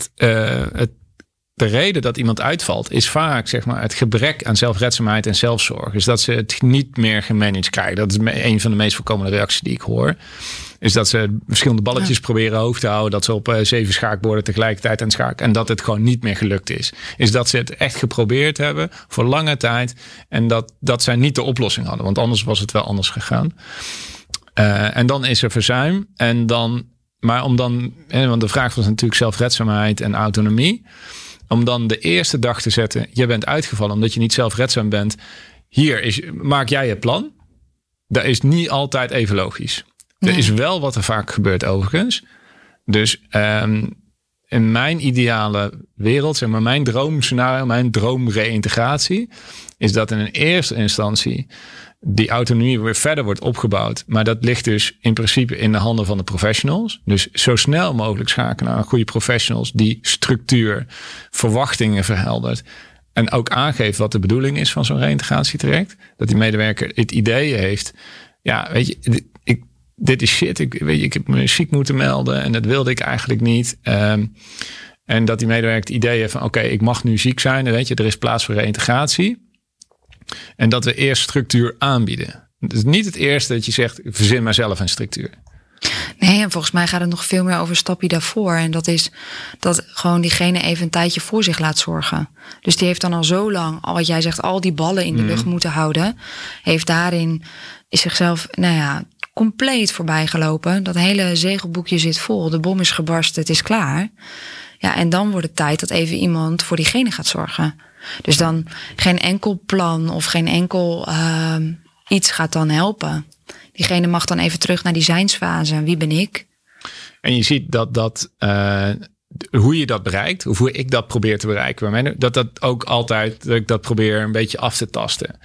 de reden dat iemand uitvalt is vaak zeg maar het gebrek aan zelfredzaamheid en zelfzorg. Dus dat ze het niet meer gemanaged krijgen. Dat is een van de meest voorkomende reacties die ik hoor. Is dat ze verschillende balletjes proberen hoog te houden. Dat ze op 7 schaakborden tegelijkertijd aan het schaken. En dat het gewoon niet meer gelukt is. Is dat ze het echt geprobeerd hebben voor lange tijd. En dat zij niet de oplossing hadden. Want anders was het wel anders gegaan. En dan is er verzuim. Want de vraag was natuurlijk zelfredzaamheid en autonomie. Om dan de eerste dag te zetten, je bent uitgevallen omdat je niet zelfredzaam bent. Maak jij je plan. Dat is niet altijd even logisch. Nee. Er is wel wat er vaak gebeurt overigens. Dus in mijn ideale wereld, zeg maar mijn droomscenario, mijn droomreïntegratie, is dat in een eerste instantie die autonomie weer verder wordt opgebouwd. Maar dat ligt dus in principe in de handen van de professionals. Dus zo snel mogelijk schakelen naar goede professionals die structuur, verwachtingen verheldert. En ook aangeeft wat de bedoeling is van zo'n reïntegratietraject. Dat die medewerker het idee heeft. Ja, weet je, dit is shit. Ik heb me ziek moeten melden en dat wilde ik eigenlijk niet. En dat die medewerker het idee heeft van oké, ik mag nu ziek zijn. Weet je, er is plaats voor reïntegratie. En dat we eerst structuur aanbieden. Het is niet het eerste dat je zegt, verzin maar zelf een structuur. Nee, en volgens mij gaat het nog veel meer over een stapje daarvoor. En dat is dat gewoon diegene even een tijdje voor zich laat zorgen. Dus die heeft dan al zo lang, wat jij zegt, al die ballen in de lucht moeten houden. Is zichzelf, compleet voorbij gelopen. Dat hele zegelboekje zit vol. De bom is gebarsten, het is klaar. Ja, en dan wordt het tijd dat even iemand voor diegene gaat zorgen. Dus dan geen enkel plan of geen enkel iets gaat dan helpen. Diegene mag dan even terug naar die zijnsfase. Wie ben ik? En je ziet dat hoe je dat bereikt, of hoe ik dat probeer te bereiken, dat ook altijd, dat ik dat probeer een beetje af te tasten.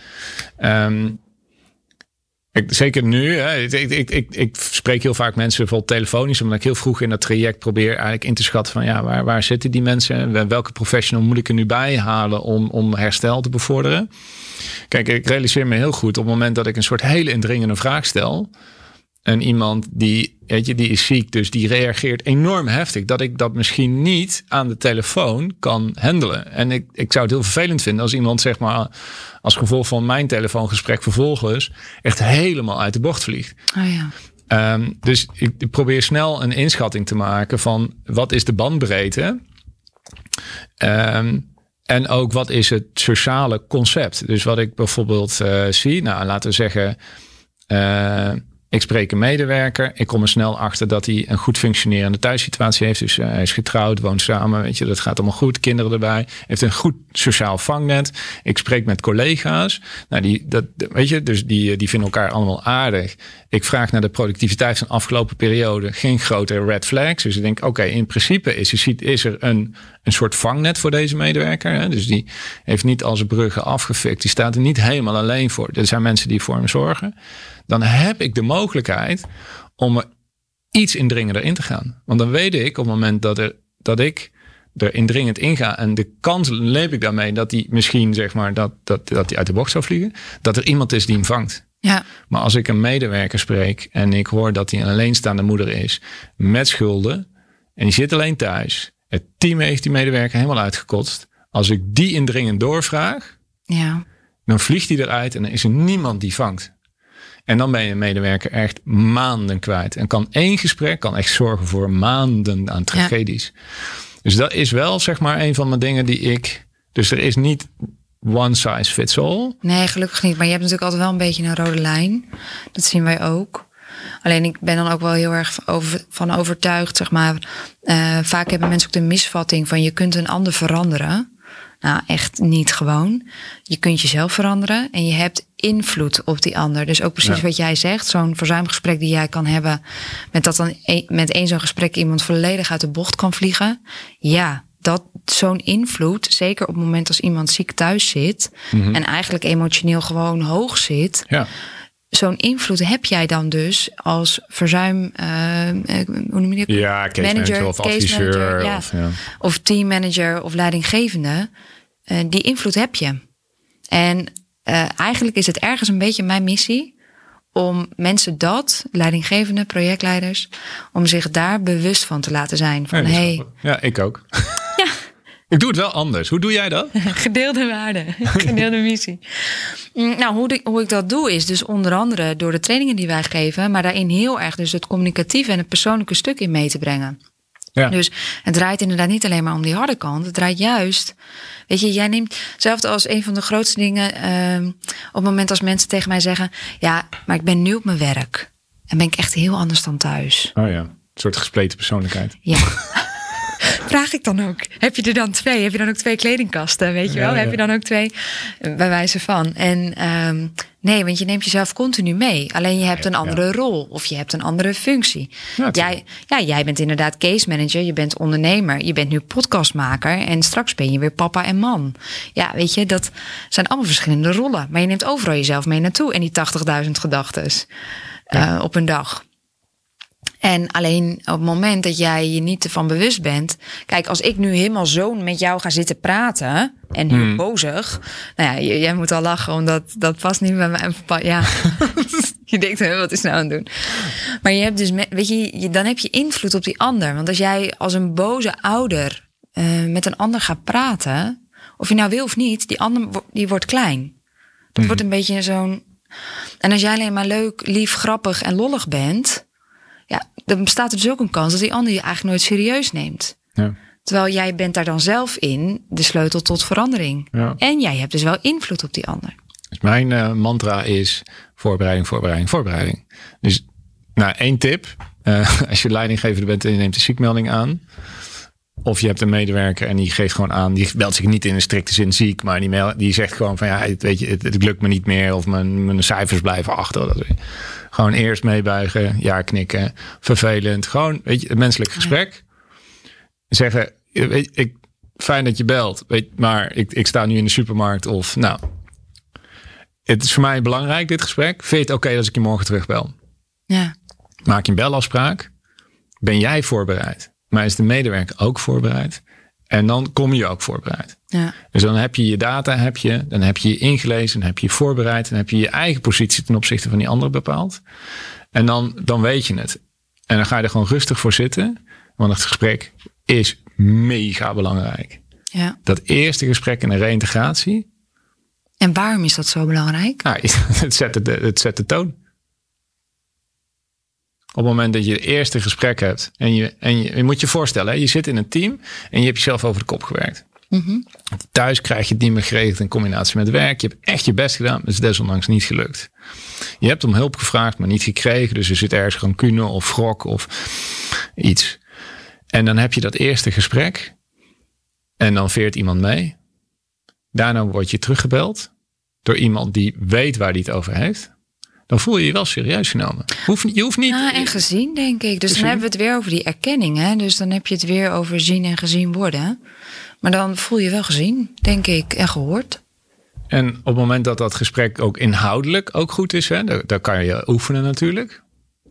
Zeker nu, hè, ik spreek heel vaak mensen bijvoorbeeld telefonisch, omdat ik heel vroeg in dat traject probeer eigenlijk in te schatten van waar zitten die mensen? Welke professional moet ik er nu bij halen om herstel te bevorderen? Kijk, ik realiseer me heel goed op het moment dat ik een soort hele indringende vraag stel en iemand die weet je, die is ziek, dus die reageert enorm heftig. Dat ik dat misschien niet aan de telefoon kan handelen. En ik zou het heel vervelend vinden als iemand, zeg maar, als gevolg van mijn telefoongesprek vervolgens echt helemaal uit de bocht vliegt. Oh ja. Dus ik probeer snel een inschatting te maken van wat is de bandbreedte. En ook wat is het sociale concept. Dus wat ik bijvoorbeeld zie, nou laten we zeggen, ik spreek een medewerker. Ik kom er snel achter dat hij een goed functionerende thuissituatie heeft. Dus hij is getrouwd, woont samen. Weet je, dat gaat allemaal goed. Kinderen erbij. Heeft een goed sociaal vangnet. Ik spreek met collega's. Nou, die vinden elkaar allemaal aardig. Ik vraag naar de productiviteit van de afgelopen periode. Geen grote red flags. Dus ik denk, oké, in principe is er een soort vangnet voor deze medewerker. Hè? Dus die heeft niet al zijn bruggen afgefikt. Die staat er niet helemaal alleen voor. Er zijn mensen die voor hem zorgen. Dan heb ik de mogelijkheid om er iets indringender in te gaan. Want dan weet ik op het moment dat ik er indringend in ga en de kans leep ik daarmee dat hij misschien, zeg maar, dat hij uit de bocht zou vliegen, dat er iemand is die hem vangt. Ja. Maar als ik een medewerker spreek en ik hoor dat hij een alleenstaande moeder is met schulden en die zit alleen thuis, het team heeft die medewerker helemaal uitgekotst. Als ik die indringend doorvraag, dan vliegt hij eruit en dan is er niemand die vangt. En dan ben je een medewerker echt maanden kwijt. En kan één gesprek echt zorgen voor maanden aan tragedies. Ja. Dus dat is wel, zeg maar, een van mijn dingen die ik... Dus er is niet one size fits all. Nee, gelukkig niet. Maar je hebt natuurlijk altijd wel een beetje een rode lijn. Dat zien wij ook. Alleen ik ben dan ook wel heel erg van overtuigd, zeg maar. Vaak hebben mensen ook de misvatting van je kunt een ander veranderen. Nou, echt niet gewoon. Je kunt jezelf veranderen en je hebt invloed op die ander. Dus ook precies wat jij zegt, zo'n verzuimgesprek die jij kan hebben, met dat dan met één zo'n gesprek iemand volledig uit de bocht kan vliegen. Ja, dat zo'n invloed, zeker op het moment als iemand ziek thuis zit en eigenlijk emotioneel gewoon hoog zit. Ja. Zo'n invloed heb jij dan dus als verzuim, hoe noem je dat? Ja, case manager of adviseur. Of teammanager of leidinggevende. Die invloed heb je. En eigenlijk is het ergens een beetje mijn missie om mensen leidinggevende, projectleiders, om zich daar bewust van te laten zijn. Van, ja, ik ook. Ja. Ik doe het wel anders. Hoe doe jij dat? Gedeelde waarde, gedeelde missie. Nou, hoe ik dat doe is dus onder andere door de trainingen die wij geven, maar daarin heel erg dus het communicatieve en het persoonlijke stuk in mee te brengen. Ja. Dus het draait inderdaad niet alleen maar om die harde kant. Het draait juist, weet je, jij neemt hetzelfde als een van de grootste dingen op het moment als mensen tegen mij zeggen, ja, maar ik ben nu op mijn werk en ben ik echt heel anders dan thuis. Oh ja, een soort gespleten persoonlijkheid. Ja. Vraag ik dan ook, heb je er dan 2? Heb je dan ook 2 kledingkasten, weet je wel? Heb je dan ook 2, bij wijze van? En nee, want je neemt jezelf continu mee. Alleen je hebt een andere rol of je hebt een andere functie. Jij bent inderdaad case manager, je bent ondernemer, je bent nu podcastmaker en straks ben je weer papa en man. Ja, weet je, dat zijn allemaal verschillende rollen. Maar je neemt overal jezelf mee naartoe en die 80.000 gedachtes op een dag. En alleen op het moment dat jij je niet ervan bewust bent. Kijk, als ik nu helemaal zo met jou ga zitten praten en heel bozig. Nou ja, jij moet al lachen, omdat dat past niet bij mij. Ja, je denkt, wat is nou aan het doen? Maar je hebt dus, weet je, dan heb je invloed op die ander. Want als jij als een boze ouder met een ander gaat praten, of je nou wil of niet, die ander die wordt klein. Dat wordt een beetje zo'n. En als jij alleen maar leuk, lief, grappig en lollig bent, ja, dan bestaat er dus ook een kans dat die ander je eigenlijk nooit serieus neemt. Ja. Terwijl jij bent daar dan zelf in de sleutel tot verandering. Ja. En jij hebt dus wel invloed op die ander. Dus mijn mantra is voorbereiding, voorbereiding, voorbereiding. Dus nou, 1 tip. Als je leidinggever bent en je neemt de ziekmelding aan. Of je hebt een medewerker en die geeft gewoon aan. Die meldt zich niet in een strikte zin ziek. Maar die zegt gewoon van ja, weet je, het lukt me niet meer. Of mijn cijfers blijven achter. Dat gewoon eerst meebuigen, ja knikken. Vervelend. Gewoon, weet je, het menselijk gesprek. Zeggen, fijn dat je belt. Maar ik sta nu in de supermarkt. Of nou, het is voor mij belangrijk dit gesprek. Vind je het oké als ik je morgen terugbel? Ja. Maak je een belafspraak. Ben jij voorbereid? Maar is de medewerker ook voorbereid? En dan kom je ook voorbereid. Ja. Dus dan heb je je data, dan heb je je ingelezen, dan heb je je voorbereid, dan heb je je eigen positie ten opzichte van die andere bepaald. En dan weet je het. En dan ga je er gewoon rustig voor zitten. Want het gesprek is mega belangrijk. Ja. Dat eerste gesprek in de reïntegratie. En waarom is dat zo belangrijk? Nou, het zet de toon. Op het moment dat je het eerste gesprek hebt. En je moet je voorstellen, je zit in een team. En je hebt jezelf over de kop gewerkt. Mm-hmm. Thuis krijg je het niet meer geregeld in combinatie met werk. Je hebt echt je best gedaan, maar het is desondanks niet gelukt. Je hebt om hulp gevraagd, maar niet gekregen. Dus er zit ergens rancune of wrok of iets. En dan heb je dat eerste gesprek. En dan veert iemand mee. Daarna word je teruggebeld door iemand die weet waar die het over heeft. Dan voel je je wel serieus genomen. Je hoeft niet... En gezien, denk ik. Dus dan hebben we het weer over die erkenning. Hè? Dus dan heb je het weer over zien en gezien worden. Maar dan voel je wel gezien, denk ik, en gehoord. En op het moment dat dat gesprek ook inhoudelijk ook goed is, hè, daar kan je oefenen natuurlijk.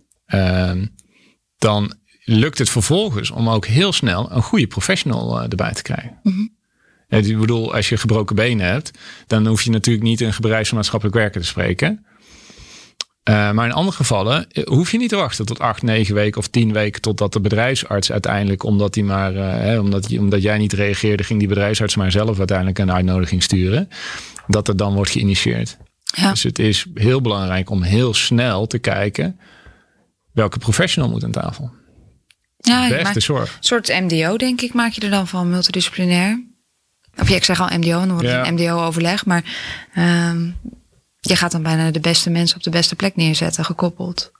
Dan lukt het vervolgens om ook heel snel een goede professional erbij te krijgen. Mm-hmm. Ik bedoel, als je gebroken benen hebt, dan hoef je natuurlijk niet een bedrijfsmaatschappelijk werker te spreken. Maar in andere gevallen hoef je niet te wachten tot 8, 9 weken of 10 weken totdat de bedrijfsarts uiteindelijk, omdat jij niet reageerde, ging die bedrijfsarts maar zelf uiteindelijk een uitnodiging sturen. Dat er dan wordt geïnitieerd. Ja. Dus het is heel belangrijk om heel snel te kijken welke professional moet aan tafel. Ja, beste zorg. Een soort MDO, denk ik, maak je er dan van, multidisciplinair. Of ja, ik zeg al MDO, dan wordt het een MDO-overleg. Maar je gaat dan bijna de beste mensen op de beste plek neerzetten, gekoppeld.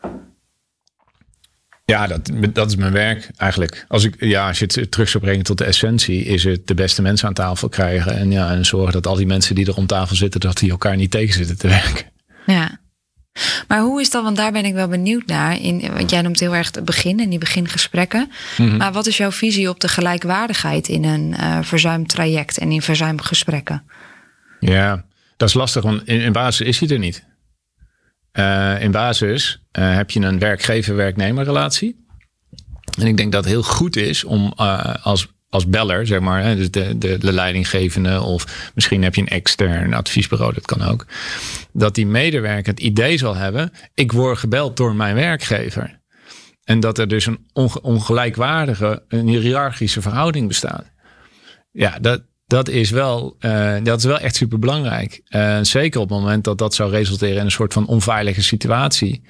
Ja, dat is mijn werk eigenlijk. Als je het terug zou brengen tot de essentie, is het de beste mensen aan tafel krijgen. En zorgen dat al die mensen die er om tafel zitten, dat die elkaar niet tegen zitten te werken. Ja. Maar hoe is dat, want daar ben ik wel benieuwd naar. Want jij noemt heel erg het begin en die begingesprekken. Mm-hmm. Maar wat is jouw visie op de gelijkwaardigheid in een verzuimtraject en in verzuimgesprekken? Ja, dat is lastig, want in basis is hij er niet. In basis heb je een werkgever-werknemer relatie. En ik denk dat het heel goed is om als beller, zeg maar, dus de leidinggevende, of misschien heb je een extern adviesbureau, dat kan ook, dat die medewerker het idee zal hebben, ik word gebeld door mijn werkgever. En dat er dus een ongelijkwaardige, een hiërarchische verhouding bestaat. Ja, dat is wel echt super belangrijk. Zeker op het moment dat zou resulteren in een soort van onveilige situatie.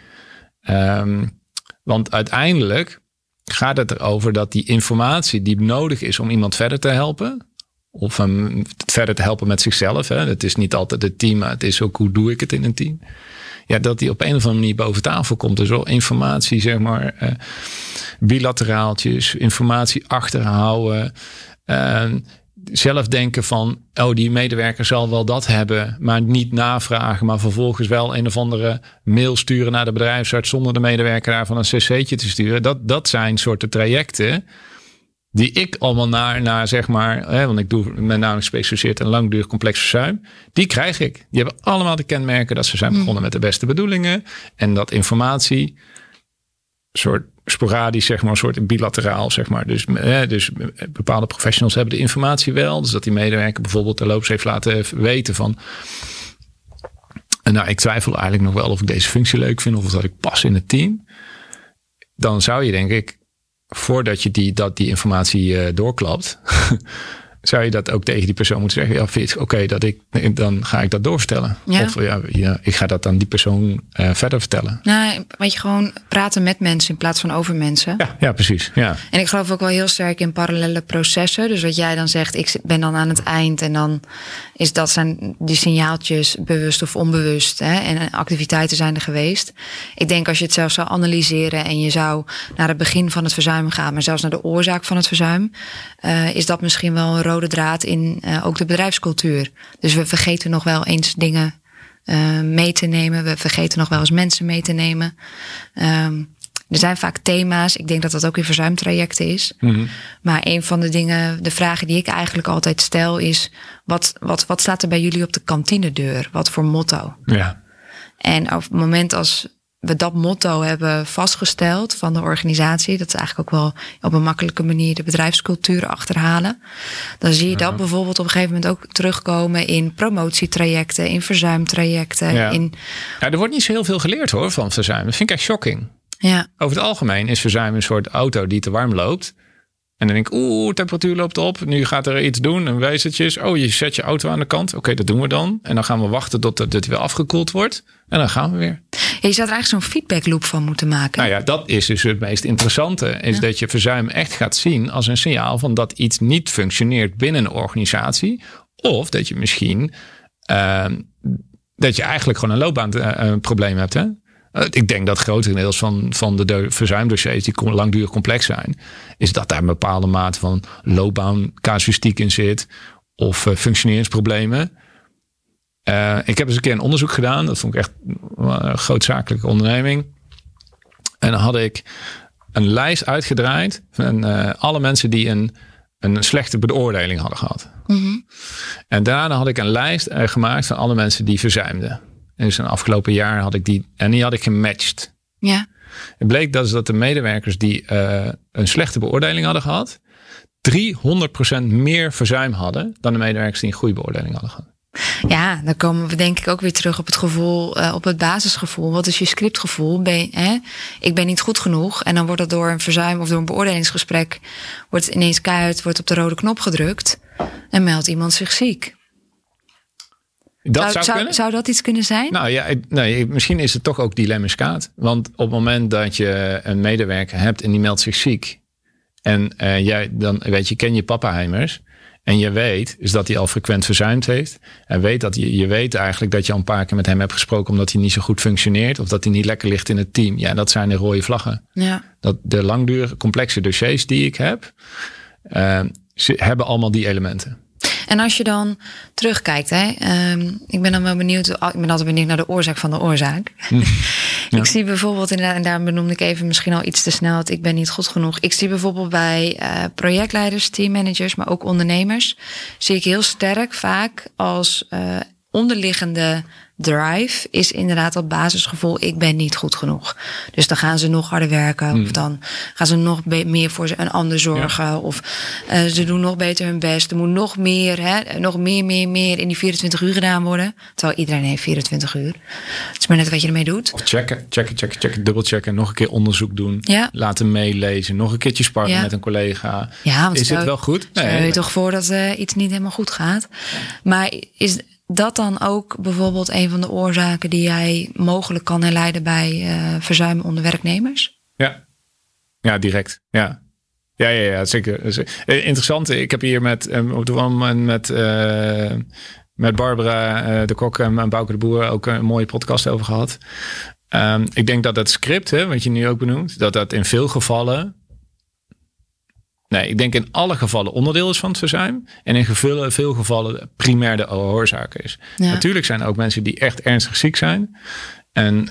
Want uiteindelijk gaat het erover dat die informatie die nodig is om iemand verder te helpen, of hem verder te helpen met zichzelf. Hè, het is niet altijd het team, maar het is ook hoe doe ik het in een team. Ja, dat die op een of andere manier boven tafel komt. Dus wel informatie, zeg maar, bilateraaltjes, informatie achterhouden. Zelf denken van, die medewerker zal wel dat hebben, maar niet navragen, maar vervolgens wel een of andere mail sturen naar de bedrijfsarts zonder de medewerker daarvan een cc'tje te sturen. Dat zijn soorten trajecten die ik allemaal naar zeg maar, want ik doe met name gespecialiseerd en langdurig complex verzuim, die krijg ik. Die hebben allemaal de kenmerken dat ze zijn begonnen met de beste bedoelingen en dat informatie soort sporadisch, zeg maar, een soort bilateraal, zeg maar. Dus bepaalde professionals hebben de informatie wel. Dus dat die medewerker bijvoorbeeld terloops heeft laten weten van, ik twijfel eigenlijk nog wel of ik deze functie leuk vind of dat ik pas in het team. Dan zou je, denk ik, voordat je die informatie doorklapt, zou je dat ook tegen die persoon moeten zeggen. Ja, vind je het oké dat dan ga ik dat doorvertellen. Ja. Of ik ga dat aan die persoon verder vertellen. Nou, weet je, gewoon praten met mensen in plaats van over mensen. Ja, precies. Ja. En ik geloof ook wel heel sterk in parallele processen. Dus wat jij dan zegt, ik ben dan aan het eind en dan zijn die signaaltjes bewust of onbewust. Hè, en activiteiten zijn er geweest. Ik denk als je het zelf zou analyseren en je zou naar het begin van het verzuim gaan, maar zelfs naar de oorzaak van het verzuim, is dat misschien wel een rode draad in ook de bedrijfscultuur. Dus we vergeten nog wel eens dingen mee te nemen. We vergeten nog wel eens mensen mee te nemen. Er zijn vaak thema's. Ik denk dat dat ook in verzuimtrajecten is. Mm-hmm. Maar een van de vragen die ik eigenlijk altijd stel is, wat staat er bij jullie op de kantinedeur? Wat voor motto? Ja. En op het moment als we dat motto hebben vastgesteld van de organisatie, dat is eigenlijk ook wel op een makkelijke manier de bedrijfscultuur achterhalen, dan zie je dat bijvoorbeeld op een gegeven moment ook terugkomen in promotietrajecten, in verzuimtrajecten. Ja. Er wordt niet zo heel veel geleerd hoor van verzuim. Dat vind ik echt shocking. Ja. Over het algemeen is verzuim een soort auto die te warm loopt. En dan denk ik, temperatuur loopt op. Nu gaat er iets doen, een wijzertje. Je zet je auto aan de kant. Oké, dat doen we dan. En dan gaan we wachten tot het weer afgekoeld wordt. En dan gaan we weer. Ja, je zou er eigenlijk zo'n feedback loop van moeten maken. Nou ja, dat is dus het meest interessante. Is dat je verzuim echt gaat zien als een signaal van dat iets niet functioneert binnen een organisatie. Of dat je misschien dat je eigenlijk gewoon een loopbaanprobleem hebt. Hè? Ik denk dat grotendeels van de verzuimdossiers die langdurig complex zijn, is dat daar een bepaalde mate van loopbaancasuïstiek in zit. Of functioneringsproblemen. Ik heb eens een keer een onderzoek gedaan. Dat vond ik echt een grootzakelijke onderneming. En dan had ik een lijst uitgedraaid van alle mensen die een slechte beoordeling hadden gehad. Mm-hmm. En daarna had ik een lijst gemaakt van alle mensen die verzuimden. En dus in het afgelopen jaar had ik die had ik gematcht. Ja. Het bleek dat de medewerkers die een slechte beoordeling hadden gehad, 300% meer verzuim hadden dan de medewerkers die een goede beoordeling hadden gehad. Ja, dan komen we denk ik ook weer terug op het gevoel, op het basisgevoel. Wat is je scriptgevoel? Ik ben niet goed genoeg. En dan wordt dat door een verzuim of door een beoordelingsgesprek, wordt het ineens keihard, wordt op de rode knop gedrukt. En meldt iemand zich ziek. Zou dat iets kunnen zijn? Nou ja, misschien is het toch ook dilemma-skaat. Want op het moment dat je een medewerker hebt en die meldt zich ziek. En ken je pappenheimers. En je weet dus dat hij al frequent verzuimd heeft. En je weet eigenlijk dat je al een paar keer met hem hebt gesproken omdat hij niet zo goed functioneert. Of dat hij niet lekker ligt in het team. Ja, dat zijn de rode vlaggen. Ja. Dat de langdurige complexe dossiers die ik heb, hebben allemaal die elementen. En als je dan terugkijkt, ik ben dan wel benieuwd. Ik ben altijd benieuwd naar de oorzaak van de oorzaak. Ja. Ik zie bijvoorbeeld, en daar benoemde ik even misschien al iets te snel, dat ik ben niet goed genoeg. Ik zie bijvoorbeeld bij projectleiders, teammanagers, maar ook ondernemers, zie ik heel sterk vaak als onderliggende drive is inderdaad dat basisgevoel, ik ben niet goed genoeg. Dus dan gaan ze nog harder werken. Of dan gaan ze nog meer voor een ander zorgen. Ja. Of ze doen nog beter hun best. Er moet nog meer, nog meer in die 24 uur gedaan worden. Terwijl iedereen heeft 24 uur. Het is maar net wat je ermee doet. Of checken, dubbelchecken. Nog een keer onderzoek doen. Ja. Laten meelezen. Nog een keertje sparren met een collega. Ja, is het wel goed? Stel je toch voor dat iets niet helemaal goed gaat. Maar is dat dan ook bijvoorbeeld een van de oorzaken die jij mogelijk kan herleiden bij verzuim onder werknemers? Ja, direct. Ja, zeker. Interessant. Ik heb hier met Barbara de Kok en Bouke de Boer ook een mooie podcast over gehad. Ik denk dat script, wat je nu ook benoemt, dat in veel gevallen, ik denk in alle gevallen onderdeel is van het verzuim. En in veel gevallen primair de oorzaak is. Ja. Natuurlijk zijn er ook mensen die echt ernstig ziek zijn. En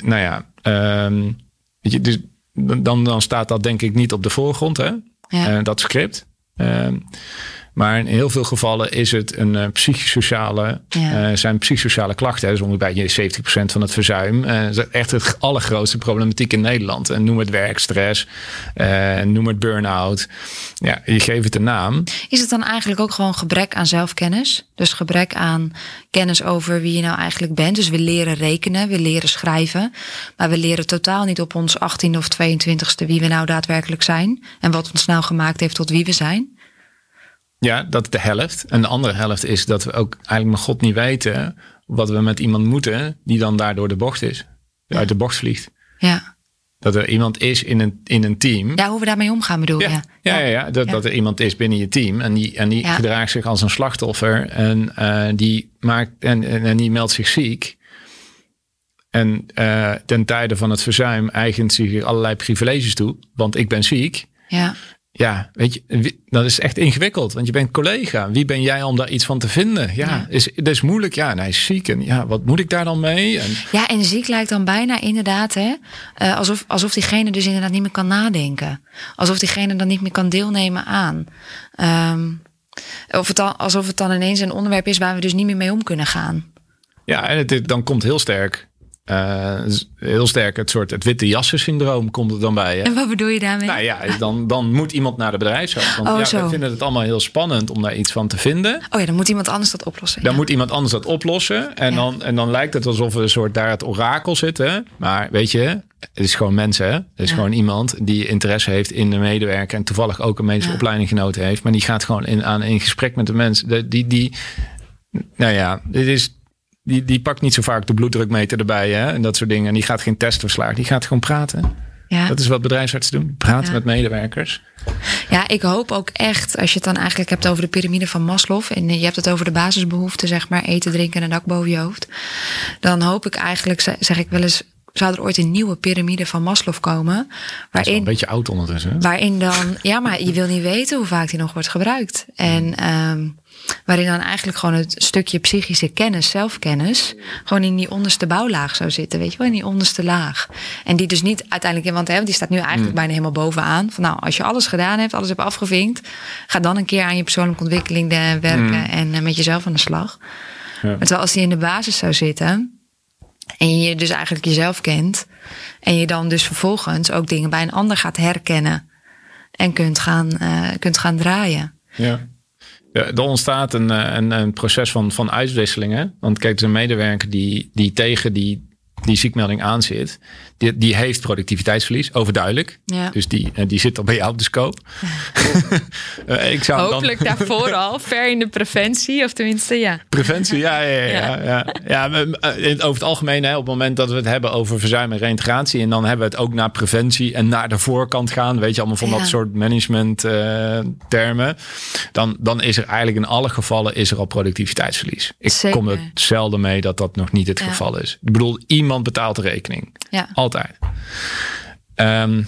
dus dan staat dat denk ik niet op de voorgrond. Hè? Ja. Dat script. Maar in heel veel gevallen is het een zijn psychosociale klachten. Dus ongeveer 70% van het verzuim. Dat is echt het allergrootste problematiek in Nederland. En noem het werkstress. Noem het burn-out. Ja, je geeft het een naam. Is het dan eigenlijk ook gewoon gebrek aan zelfkennis? Dus gebrek aan kennis over wie je nou eigenlijk bent. Dus we leren rekenen, we leren schrijven. Maar we leren totaal niet op ons 18e of 22e wie we nou daadwerkelijk zijn. En wat ons nou gemaakt heeft tot wie we zijn. Ja, dat is de helft. En de andere helft is dat we ook eigenlijk met God niet weten wat we met iemand moeten die dan daardoor de bocht is. Uit de bocht vliegt. Ja. Dat er iemand is in een team. Ja, hoe we daarmee omgaan bedoel je. Ja. Dat er iemand is binnen je team en die gedraagt zich als een slachtoffer en die meldt zich ziek. En ten tijde van het verzuim eigent zich allerlei privileges toe, want ik ben ziek. Ja. Ja, weet je, dat is echt ingewikkeld. Want je bent collega. Wie ben jij om daar iets van te vinden? Dat is moeilijk. Ja, hij is ziek. En wat moet ik daar dan mee? En ziek lijkt dan bijna inderdaad, alsof diegene dus inderdaad niet meer kan nadenken. Alsof diegene dan niet meer kan deelnemen aan. Alsof het dan ineens een onderwerp is waar we dus niet meer mee om kunnen gaan. Ja, en dan komt heel sterk het witte jassen syndroom komt er dan bij. Hè? En wat bedoel je daarmee? Nou ja, dan moet iemand naar de bedrijfsarts. Want we vinden het allemaal heel spannend om daar iets van te vinden. Oh ja, dan moet iemand anders dat oplossen. Dan moet iemand anders dat oplossen. En dan lijkt het alsof we daar het orakel zitten. Maar weet je, het is gewoon mensen. Hè? Het is gewoon iemand die interesse heeft in de medewerker. En toevallig ook een medische opleiding genoten heeft. Maar die gaat gewoon in gesprek met de mensen. Die pakt niet zo vaak de bloeddrukmeter erbij. Hè? En dat soort dingen. En die gaat geen test verslagen. Die gaat gewoon praten. Ja. Dat is wat bedrijfsartsen doen. Praten met medewerkers. Ja, ik hoop ook echt, als je het dan eigenlijk hebt over de piramide van Maslow. En je hebt het over de basisbehoeften, zeg maar. Eten, drinken en een dak boven je hoofd. Dan hoop ik eigenlijk, zeg ik wel eens, zou er ooit een nieuwe piramide van Maslow komen? Waarin, dat is wel een beetje oud ondertussen. Waarin dan, ja, maar je wil niet weten hoe vaak die nog wordt gebruikt. En waarin dan eigenlijk gewoon het stukje psychische kennis, zelfkennis, gewoon in die onderste bouwlaag zou zitten, weet je wel, in die onderste laag. En die dus niet uiteindelijk, want die staat nu eigenlijk bijna helemaal bovenaan. Van nou, als je alles gedaan hebt, alles hebt afgevinkt, ga dan een keer aan je persoonlijke ontwikkeling werken en met jezelf aan de slag. Ja. Terwijl als die in de basis zou zitten en je dus eigenlijk jezelf kent en je dan dus vervolgens ook dingen bij een ander gaat herkennen en kunt gaan draaien. Ja. Ja, er ontstaat een proces van uitwisselingen. Want kijk, er is een medewerker die tegen die ziekmelding aanzit. Die heeft productiviteitsverlies, overduidelijk. Ja. Dus die zit al bij jou op de scope. Ik zou hopelijk daarvoor al, ver in de preventie. Of tenminste, ja. Preventie, ja. Over het algemeen, op het moment dat we het hebben over verzuim en reintegratie. En dan hebben we het ook naar preventie en naar de voorkant gaan. Weet je, allemaal van dat soort management termen. Dan is er eigenlijk in alle gevallen is er al productiviteitsverlies. Ik kom er zelden mee dat nog niet het geval is. Ik bedoel, iemand betaalt de rekening. Ja. Altijd. Nou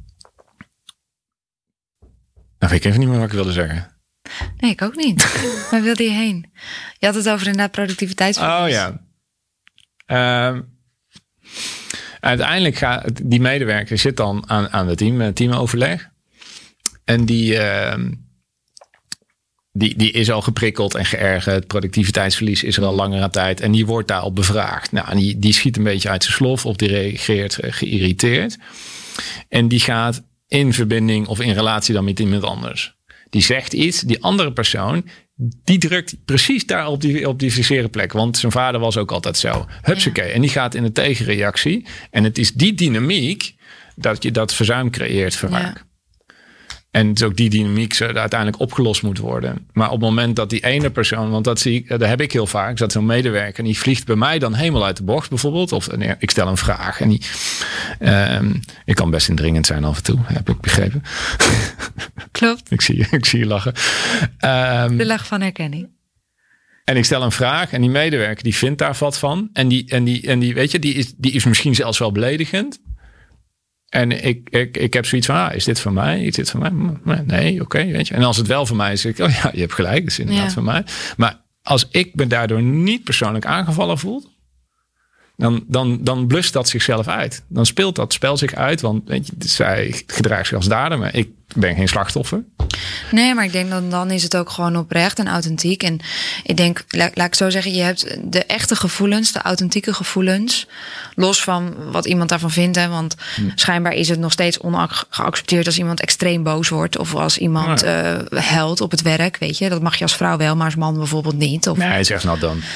weet ik even niet meer wat ik wilde zeggen. Nee, ik ook niet. Waar wilde je heen? Je had het over inderdaad productiviteitsverlies. Oh ja. Uiteindelijk gaat die medewerker zit dan aan het teamoverleg. En die is al geprikkeld en geërgerd. Productiviteitsverlies is er al langere tijd. En die wordt daarop bevraagd. Nou, en die schiet een beetje uit zijn slof. Of die reageert geïrriteerd. En die gaat in verbinding of in relatie dan met iemand anders. Die zegt iets. Die andere persoon, die drukt precies daar op die versere plek. Want zijn vader was ook altijd zo. Hupsakee. Ja. En die gaat in de tegenreactie. En het is die dynamiek dat je dat verzuim creëert vaak. Ja. En het is ook die dynamiek die uiteindelijk opgelost moet worden. Maar op het moment dat die ene persoon, want dat heb ik heel vaak, dat zo'n medewerker en die vliegt bij mij dan helemaal uit de bocht bijvoorbeeld. Of ik stel een vraag en ik kan best indringend zijn af en toe, heb ik begrepen. Klopt. ik zie je lachen. De lach van herkenning. En ik stel een vraag en die medewerker die vindt daar wat van. En die weet je, die is misschien zelfs wel beledigend. En ik heb zoiets van, is dit van mij? Is dit van mij? Nee, oké, weet je. En als het wel van mij is, zeg ik, je hebt gelijk, dat is inderdaad van mij. Maar als ik me daardoor niet persoonlijk aangevallen voel, dan blust dat zichzelf uit. Dan speelt dat spel zich uit, want weet je, zij gedraagt zich als dader, maar ik ben geen slachtoffer. Nee, maar ik denk dan is het ook gewoon oprecht en authentiek. En ik denk, laat ik zo zeggen, je hebt de echte gevoelens, de authentieke gevoelens, los van wat iemand daarvan vindt. Hè, want schijnbaar is het nog steeds ongeaccepteerd als iemand extreem boos wordt. Of als iemand huilt op het werk, weet je. Dat mag je als vrouw wel, maar als man bijvoorbeeld niet. Of, nee, zeg nou dan.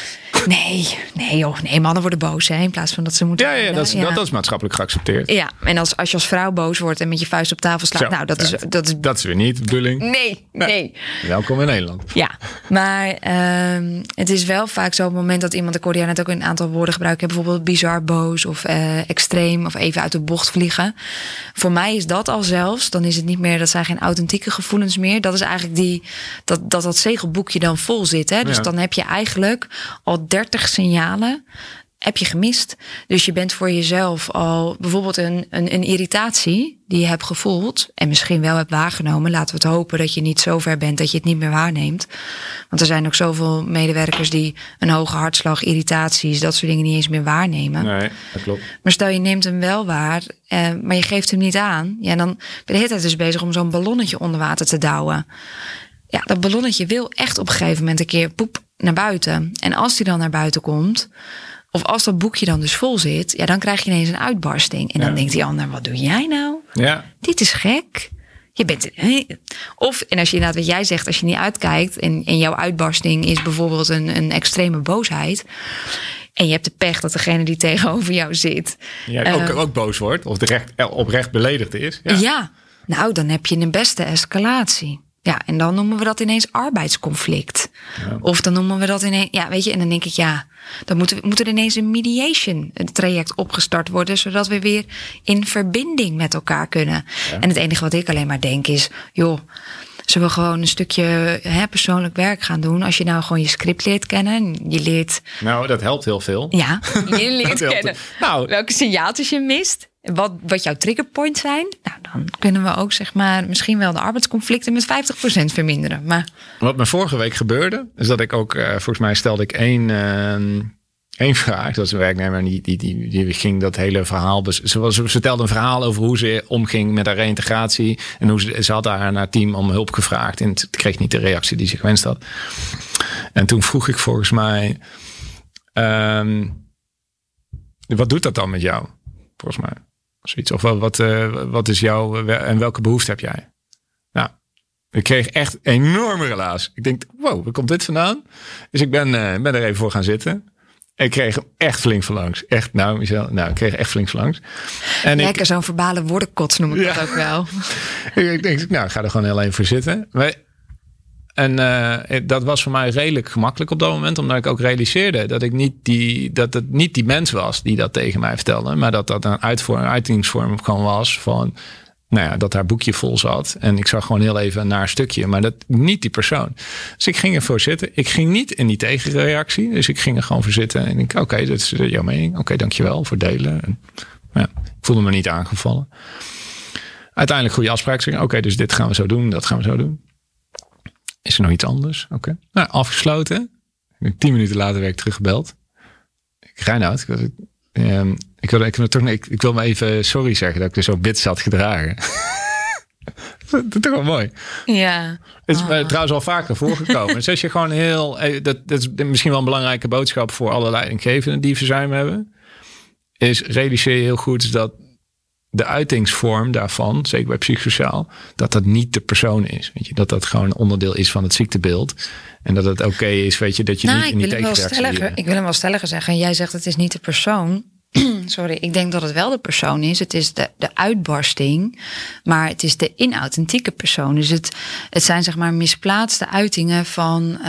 Nee, mannen worden boos, hè, in plaats van dat ze moeten. Ja, dat is maatschappelijk geaccepteerd. Ja, en als je als vrouw boos wordt en met je vuist op tafel slaat, nou, dat is weer niet de bedoeling. Nee. Welkom in Nederland. Ja, maar het is wel vaak zo op het moment dat iemand, ik hoorde jij net ook een aantal woorden gebruiken, bijvoorbeeld bizar boos of extreem of even uit de bocht vliegen. Voor mij is dat al zelfs, dan is het niet meer, dat zijn geen authentieke gevoelens meer. Dat is eigenlijk dat zegelboekje dan vol zit. Hè? Dus dan heb je eigenlijk al 30 signalen heb je gemist. Dus je bent voor jezelf al bijvoorbeeld een irritatie die je hebt gevoeld en misschien wel hebt waargenomen. Laten we het hopen dat je niet zo ver bent dat je het niet meer waarneemt. Want er zijn ook zoveel medewerkers die een hoge hartslag, irritaties, dat soort dingen niet eens meer waarnemen. Nee, dat klopt. Maar stel je neemt hem wel waar, maar je geeft hem niet aan. Ja, dan ben je de hele tijd dus bezig om zo'n ballonnetje onder water te douwen. Ja, dat ballonnetje wil echt op een gegeven moment een keer poep naar buiten. En als die dan naar buiten komt, of als dat boekje dan dus vol zit, ja, dan krijg je ineens een uitbarsting. En dan denkt die ander, wat doe jij nou? Ja. Dit is gek. Je bent. Of, en als je inderdaad wat jij zegt, als je niet uitkijkt en jouw uitbarsting is bijvoorbeeld een extreme boosheid. En je hebt de pech dat degene die tegenover jou zit... ook boos wordt of oprecht beledigd is. Ja, nou dan heb je een beste escalatie. Ja, en dan noemen we dat ineens arbeidsconflict. Ja. Of dan noemen we dat ineens... Ja, weet je, en dan denk ik, dan moet er ineens een mediation traject opgestart worden... zodat we weer in verbinding met elkaar kunnen. Ja. En het enige wat ik alleen maar denk is... joh, zullen we gewoon een stukje persoonlijk werk gaan doen... als je nou gewoon je script leert kennen. Je leert... Nou, dat helpt heel veel. Ja, je leert kennen welke signaaltjes je mist... Wat jouw triggerpoints zijn, nou, dan kunnen we ook zeg maar misschien wel de arbeidsconflicten met 50% verminderen. Maar... Wat me vorige week gebeurde, is dat ik ook, volgens mij stelde ik één vraag. Dat is een werknemer die ging dat hele verhaal. Ze vertelde een verhaal over hoe ze omging met haar reïntegratie. En hoe ze had haar team om hulp gevraagd. En het kreeg niet de reactie die ze gewenst had. En toen vroeg ik volgens mij, wat doet dat dan met jou? Volgens mij. Zoiets. Of wat is jouw en welke behoefte heb jij? Nou, ik kreeg echt enorme relaas. Ik denk, wow, waar komt dit vandaan? Dus ik ben er even voor gaan zitten. Ik kreeg hem echt flink van langs. Echt, ik kreeg echt flink van langs. En lekker zo'n verbale woordenkots noem ik dat ook wel. Ik denk, ik ga er gewoon heel even voor zitten. En dat was voor mij redelijk gemakkelijk op dat moment. Omdat ik ook realiseerde dat het niet die mens was die dat tegen mij vertelde. Maar dat een uitingsvorm gewoon was van... dat haar boekje vol zat. En ik zag gewoon heel even naar een stukje. Maar dat niet die persoon. Dus ik ging ervoor zitten. Ik ging niet in die tegenreactie. Dus ik ging er gewoon voor zitten. En ik oké, dat is jouw mening. Oké, dankjewel voor delen. En, ik voelde me niet aangevallen. Uiteindelijk goede afspraak. Oké, dus dit gaan we zo doen. Dat gaan we zo doen. Is er nog iets anders? Oké. Nou, afgesloten. 10 minuten later werd ik teruggebeld. Reinoud, ik wil me even sorry zeggen dat ik er zo bits had gedragen. Dat is toch wel mooi. Ja. Het is trouwens al vaker voorgekomen. Dus als je gewoon dat is misschien wel een belangrijke boodschap voor alle leidinggevenden die verzuim hebben. Is realiseer je heel goed dat de uitingsvorm daarvan, zeker bij psychosociaal, dat niet de persoon is. Weet je, dat gewoon een onderdeel is van het ziektebeeld. En dat het oké is, weet je, dat je niet in die tegenreactie... Ik wil hem wel stelliger zeggen. Jij zegt het is niet de persoon. Sorry, ik denk dat het wel de persoon is. Het is de uitbarsting, maar het is de inauthentieke persoon. Dus het zijn zeg maar misplaatste uitingen van...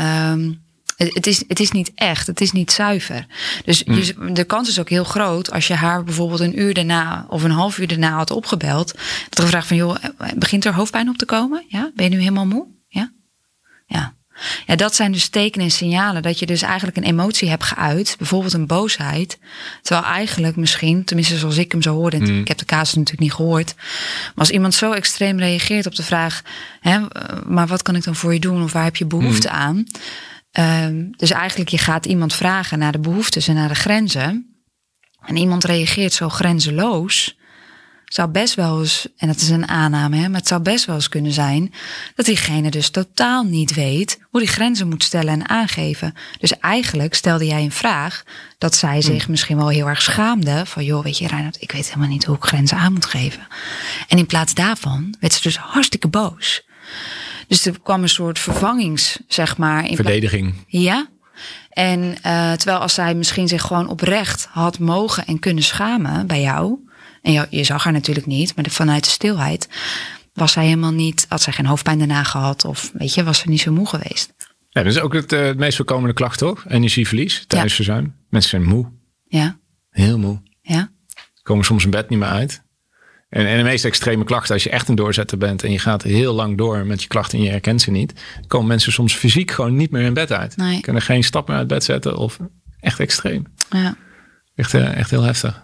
Het is niet echt, het is niet zuiver. Dus de kans is ook heel groot als je haar bijvoorbeeld een uur daarna of een half uur daarna had opgebeld. Dat gevraagd van, joh, begint er hoofdpijn op te komen? Ja? Ben je nu helemaal moe? Ja. Ja, dat zijn dus tekenen en signalen dat je dus eigenlijk een emotie hebt geuit. Bijvoorbeeld een boosheid. Terwijl eigenlijk misschien, tenminste zoals ik hem zo hoorde. Ik heb de casus natuurlijk niet gehoord. Maar als iemand zo extreem reageert op de vraag, maar wat kan ik dan voor je doen? Of waar heb je behoefte aan? Dus eigenlijk je gaat iemand vragen naar de behoeftes en naar de grenzen. En iemand reageert zo grenzeloos. Zou best wel eens, en dat is een aanname, maar het zou best wel eens kunnen zijn dat diegene dus totaal niet weet hoe die grenzen moet stellen en aangeven. Dus eigenlijk stelde jij een vraag dat zij zich misschien wel heel erg schaamde. Van joh, weet je Reinoud, ik weet helemaal niet hoe ik grenzen aan moet geven. En in plaats daarvan werd ze dus hartstikke boos. Dus er kwam een soort vervangings, zeg maar. Verdediging. Ja. En terwijl als zij misschien zich gewoon oprecht had mogen en kunnen schamen bij jou. En je zag haar natuurlijk niet, maar vanuit de stilheid was zij helemaal niet, had zij geen hoofdpijn daarna gehad of weet je, was ze niet zo moe geweest. Ja, dat is ook het meest voorkomende klacht, toch? Energieverlies tijdens verzuim. Mensen zijn moe. Ja. Heel moe. Ja. Komen soms een bed niet meer uit. En de meest extreme klachten, als je echt een doorzetter bent en je gaat heel lang door met je klachten en je herkent ze niet, komen mensen soms fysiek gewoon niet meer in bed uit. Nee. Kunnen geen stap meer uit bed zetten of echt extreem. Ja. Echt heel heftig.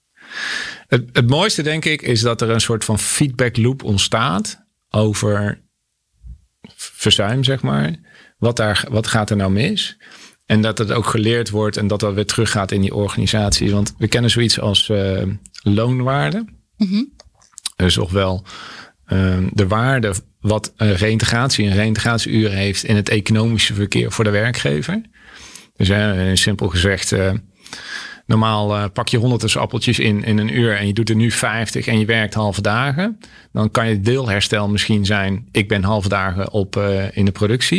Het mooiste denk ik is dat er een soort van feedback loop ontstaat over verzuim, zeg maar. Wat gaat er nou mis? En dat het ook geleerd wordt en dat dat weer teruggaat in die organisatie. Want we kennen zoiets als loonwaarde. Mm-hmm. Dus ofwel de waarde wat een reïntegratieuur heeft in het economische verkeer voor de werkgever. Dus simpel gezegd, normaal pak je 100 appeltjes in een uur en je doet er nu 50 en je werkt halve dagen. Dan kan je deelherstel misschien zijn, ik ben halve dagen in de productie.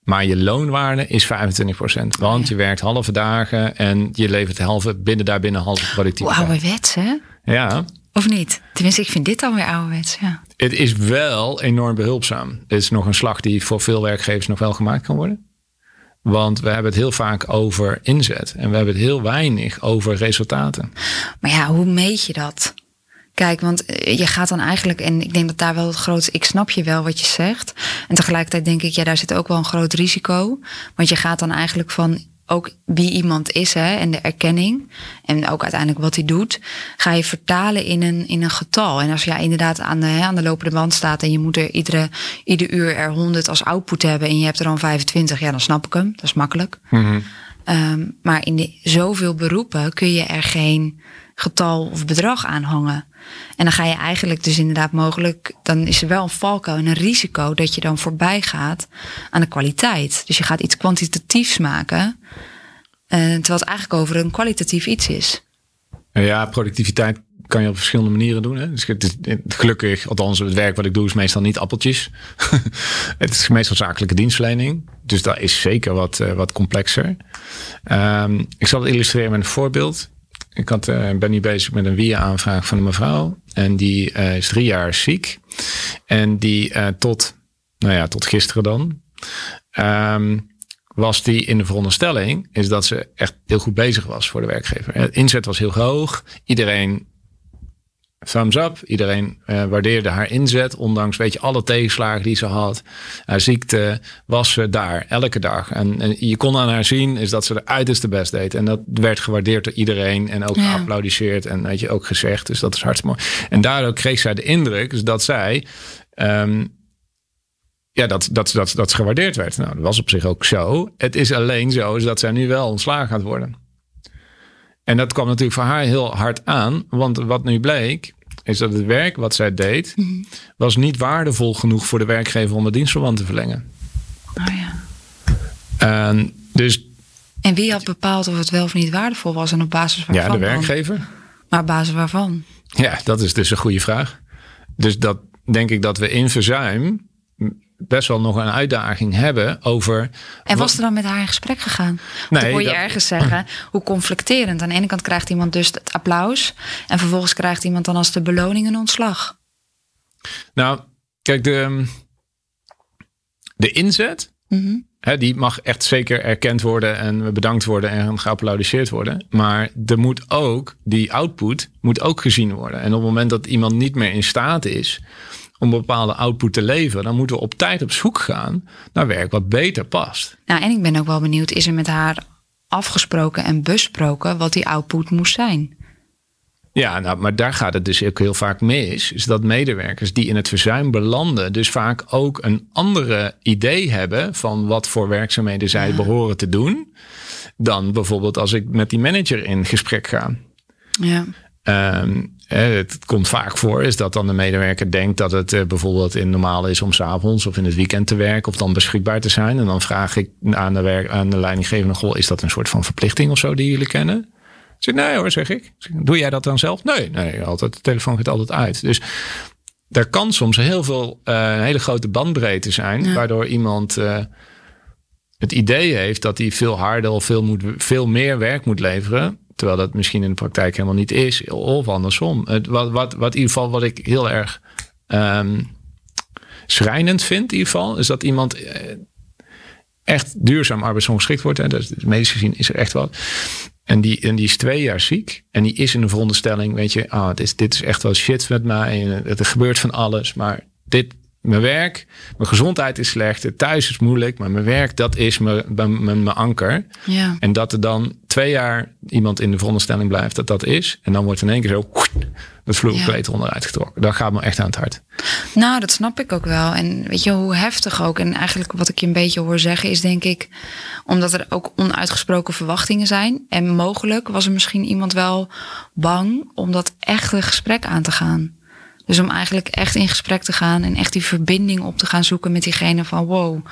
Maar je loonwaarde is 25%. Want je werkt halve dagen en je levert binnen halve productiviteit. Ouderwets, hè? Ja. Of niet? Tenminste, ik vind dit alweer ouderwets, ja. Het is wel enorm behulpzaam. Het is nog een slag die voor veel werkgevers nog wel gemaakt kan worden. Want we hebben het heel vaak over inzet. En we hebben het heel weinig over resultaten. Maar ja, hoe meet je dat? Kijk, want je gaat dan eigenlijk... en ik denk dat daar wel het grootste... ik snap je wel wat je zegt. En tegelijkertijd denk ik... ja, daar zit ook wel een groot risico. Want je gaat dan eigenlijk van... ook wie iemand is, hè, en de erkenning... en ook uiteindelijk wat hij doet... ga je vertalen in een getal. En als je inderdaad aan de lopende band staat... en je moet er ieder uur er 100 als output hebben... en je hebt er dan 25, ja, dan snap ik hem. Dat is makkelijk. Mm-hmm. Maar in zoveel beroepen kun je er geen getal of bedrag aan hangen. En dan ga je eigenlijk dus inderdaad mogelijk... dan is er wel een valkuil en een risico... dat je dan voorbij gaat aan de kwaliteit. Dus je gaat iets kwantitatiefs maken... terwijl het eigenlijk over een kwalitatief iets is. Ja, productiviteit kan je op verschillende manieren doen. Hè? Dus gelukkig, althans het werk wat ik doe... is meestal niet appeltjes. Het is meestal zakelijke dienstverlening. Dus dat is zeker wat complexer. Ik zal het illustreren met een voorbeeld... Ik ben nu bezig met een WIA-aanvraag van een mevrouw. En die is 3 jaar ziek. En die tot gisteren dan... was die in de veronderstelling... is dat ze echt heel goed bezig was voor de werkgever. Het inzet was heel hoog. Iedereen thumbs up. Iedereen waardeerde haar inzet. Ondanks alle tegenslagen die ze had. Haar ziekte was ze daar elke dag. En je kon aan haar zien is dat ze de uiterste best deed. En dat werd gewaardeerd door iedereen. En ook geapplaudiseerd. En ook gezegd. Dus dat is hartstikke mooi. En daardoor kreeg zij de indruk dus dat zij... dat ze gewaardeerd werd. Nou, dat was op zich ook zo. Het is alleen zo dat zij nu wel ontslagen gaat worden. En dat kwam natuurlijk voor haar heel hard aan. Want wat nu bleek, is dat het werk wat zij deed... was niet waardevol genoeg voor de werkgever om de dienstverband te verlengen. Oh ja. En wie had bepaald of het wel of niet waardevol was en op basis waarvan? Ja, de werkgever. Maar op basis waarvan? Ja, dat is dus een goede vraag. Dus dat denk ik dat we in verzuim... best wel nog een uitdaging hebben over... En was er dan met haar in gesprek gegaan? Nee, dan hoor je ergens zeggen, hoe conflicterend. Aan de ene kant krijgt iemand dus het applaus... en vervolgens krijgt iemand dan als de beloning een ontslag. Nou, kijk, de inzet... die mag echt zeker erkend worden... en bedankt worden en geapplaudiseerd worden. Maar er moet ook, die output moet ook gezien worden. En op het moment dat iemand niet meer in staat is... om een bepaalde output te leveren... dan moeten we op tijd op zoek gaan naar werk wat beter past. Nou, en ik ben ook wel benieuwd... is er met haar afgesproken en besproken... wat die output moest zijn? Ja, nou, maar daar gaat het dus ook heel vaak mis. Is dat medewerkers die in het verzuim belanden... dus vaak ook een andere idee hebben... van wat voor werkzaamheden zij behoren te doen... dan bijvoorbeeld als ik met die manager in gesprek ga. Ja. Het komt vaak voor is dat dan de medewerker denkt dat het bijvoorbeeld normaal is om 's avonds of in het weekend te werken of dan beschikbaar te zijn. En dan vraag ik aan de leidinggevende, goh, is dat een soort van verplichting of zo die jullie kennen? Zeg nee hoor, zeg ik. Doe jij dat dan zelf? Nee, altijd. De telefoon gaat altijd uit. Dus er kan soms heel veel een hele grote bandbreedte zijn, waardoor iemand het idee heeft dat hij veel harder of veel meer werk moet leveren. Terwijl dat misschien in de praktijk helemaal niet is. Of andersom. Wat in ieder geval wat ik heel erg schrijnend vind in ieder geval... is dat iemand echt duurzaam arbeidsongeschikt wordt. Hè. Dus medisch gezien is er echt wat. En die is 2 jaar ziek. En die is in de veronderstelling, weet je... dit is echt wel shit met mij. En er gebeurt van alles. Maar mijn werk, mijn gezondheid is slecht. Thuis is moeilijk. Maar mijn werk, dat is mijn anker. Ja. En dat er dan 2 jaar iemand in de veronderstelling blijft dat is. En dan wordt in één keer zo het vloerkleed onderuit getrokken. Dat gaat me echt aan het hart. Nou, dat snap ik ook wel. En weet je hoe heftig ook. En eigenlijk wat ik je een beetje hoor zeggen is denk ik... omdat er ook onuitgesproken verwachtingen zijn. En mogelijk was er misschien iemand wel bang... om dat echte gesprek aan te gaan. Dus om eigenlijk echt in gesprek te gaan... en echt die verbinding op te gaan zoeken met diegene van... wow,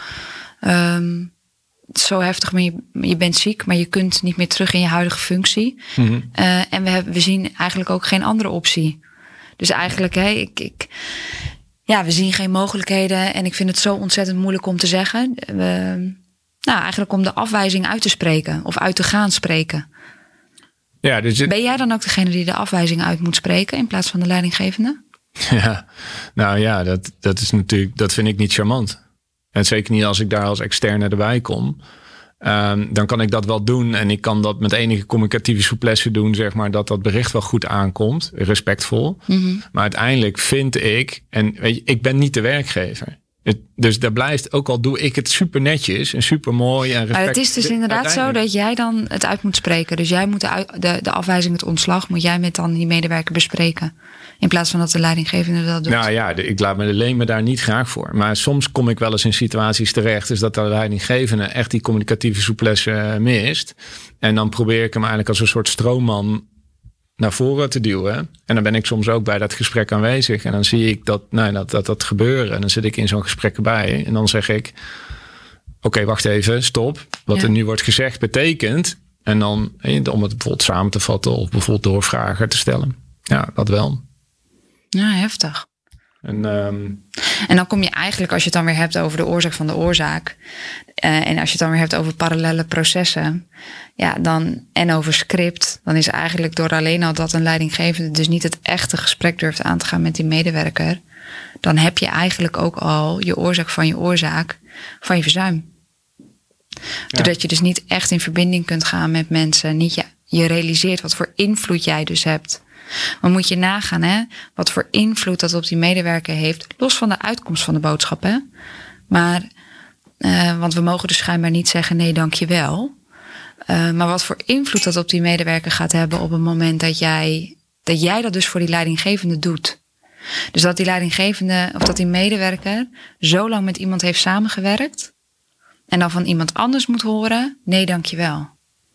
zo heftig, maar je bent ziek... maar je kunt niet meer terug in je huidige functie. Mm-hmm. En we zien eigenlijk ook geen andere optie. Dus eigenlijk, we zien geen mogelijkheden... en ik vind het zo ontzettend moeilijk om te zeggen. Nou, eigenlijk om de afwijzing uit te spreken of uit te gaan spreken. Ja, dus Ben jij dan ook degene die de afwijzing uit moet spreken in plaats van de leidinggevende? Ja, nou ja, dat is natuurlijk, dat vind ik niet charmant. En zeker niet als ik daar als externe erbij kom. Dan kan ik dat wel doen en ik kan dat met enige communicatieve souplesse doen, zeg maar, dat bericht wel goed aankomt, respectvol. Mm-hmm. Maar uiteindelijk vind ik, en weet je, ik ben niet de werkgever. Dus daar blijft, ook al doe ik het super netjes en super mooi en respect. Maar het is dus inderdaad zo dat jij dan het uit moet spreken. Dus jij moet de afwijzing, het ontslag, moet jij met dan die medewerker bespreken. In plaats van dat de leidinggevende dat doet. Nou ja, ik laat me alleen me daar niet graag voor. Maar soms kom ik wel eens in situaties terecht, dus dat de leidinggevende echt die communicatieve souplesse mist. En dan probeer ik hem eigenlijk als een soort stroomman naar voren te duwen. En dan ben ik soms ook bij dat gesprek aanwezig. En dan zie ik dat gebeuren. En dan zit ik in zo'n gesprek erbij. En dan zeg ik, oké, wacht even, stop. Wat er nu wordt gezegd betekent. En dan, om het bijvoorbeeld samen te vatten of bijvoorbeeld doorvragen te stellen. Ja, dat wel. Ja, heftig. En dan kom je eigenlijk, als je het dan weer hebt over de oorzaak van de oorzaak. En als je het dan weer hebt over parallele processen. Ja, dan, en over script. Dan is eigenlijk door alleen al dat een leidinggevende dus niet het echte gesprek durft aan te gaan met die medewerker. Dan heb je eigenlijk ook al je oorzaak van je verzuim. Ja. Doordat je dus niet echt in verbinding kunt gaan met mensen. Niet je realiseert wat voor invloed jij dus hebt. Maar moet je nagaan, hè, wat voor invloed dat op die medewerker heeft. Los van de uitkomst van de boodschap. Hè. Maar, want we mogen dus schijnbaar niet zeggen nee, dankjewel. Maar wat voor invloed dat op die medewerker gaat hebben op het moment dat jij dat dus voor die leidinggevende doet. Dus dat die leidinggevende of dat die medewerker zo lang met iemand heeft samengewerkt. En dan van iemand anders moet horen, nee, dankjewel.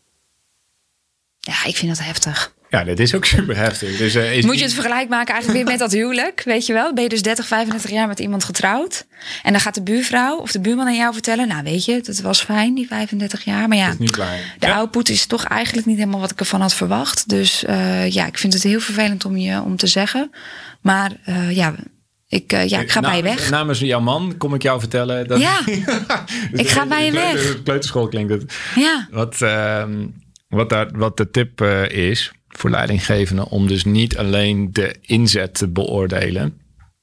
Ja, ik vind dat heftig. Ja, dat is ook super heftig. Dus, moet je het vergelijk maken eigenlijk weer met dat huwelijk, weet je wel? Ben je dus 30, 35 jaar met iemand getrouwd. En dan gaat de buurvrouw of de buurman aan jou vertellen, nou weet je, dat was fijn, die 35 jaar. Maar ja, de output is toch eigenlijk niet helemaal wat ik ervan had verwacht. Dus ik vind het heel vervelend om te zeggen. Maar ik ga bij je weg. Namens jouw man kom ik jou vertellen. Dat ik ga bij je weg. Kleuterschool klinkt het. Ja. Wat de tip is voor leidinggevenden om dus niet alleen de inzet te beoordelen.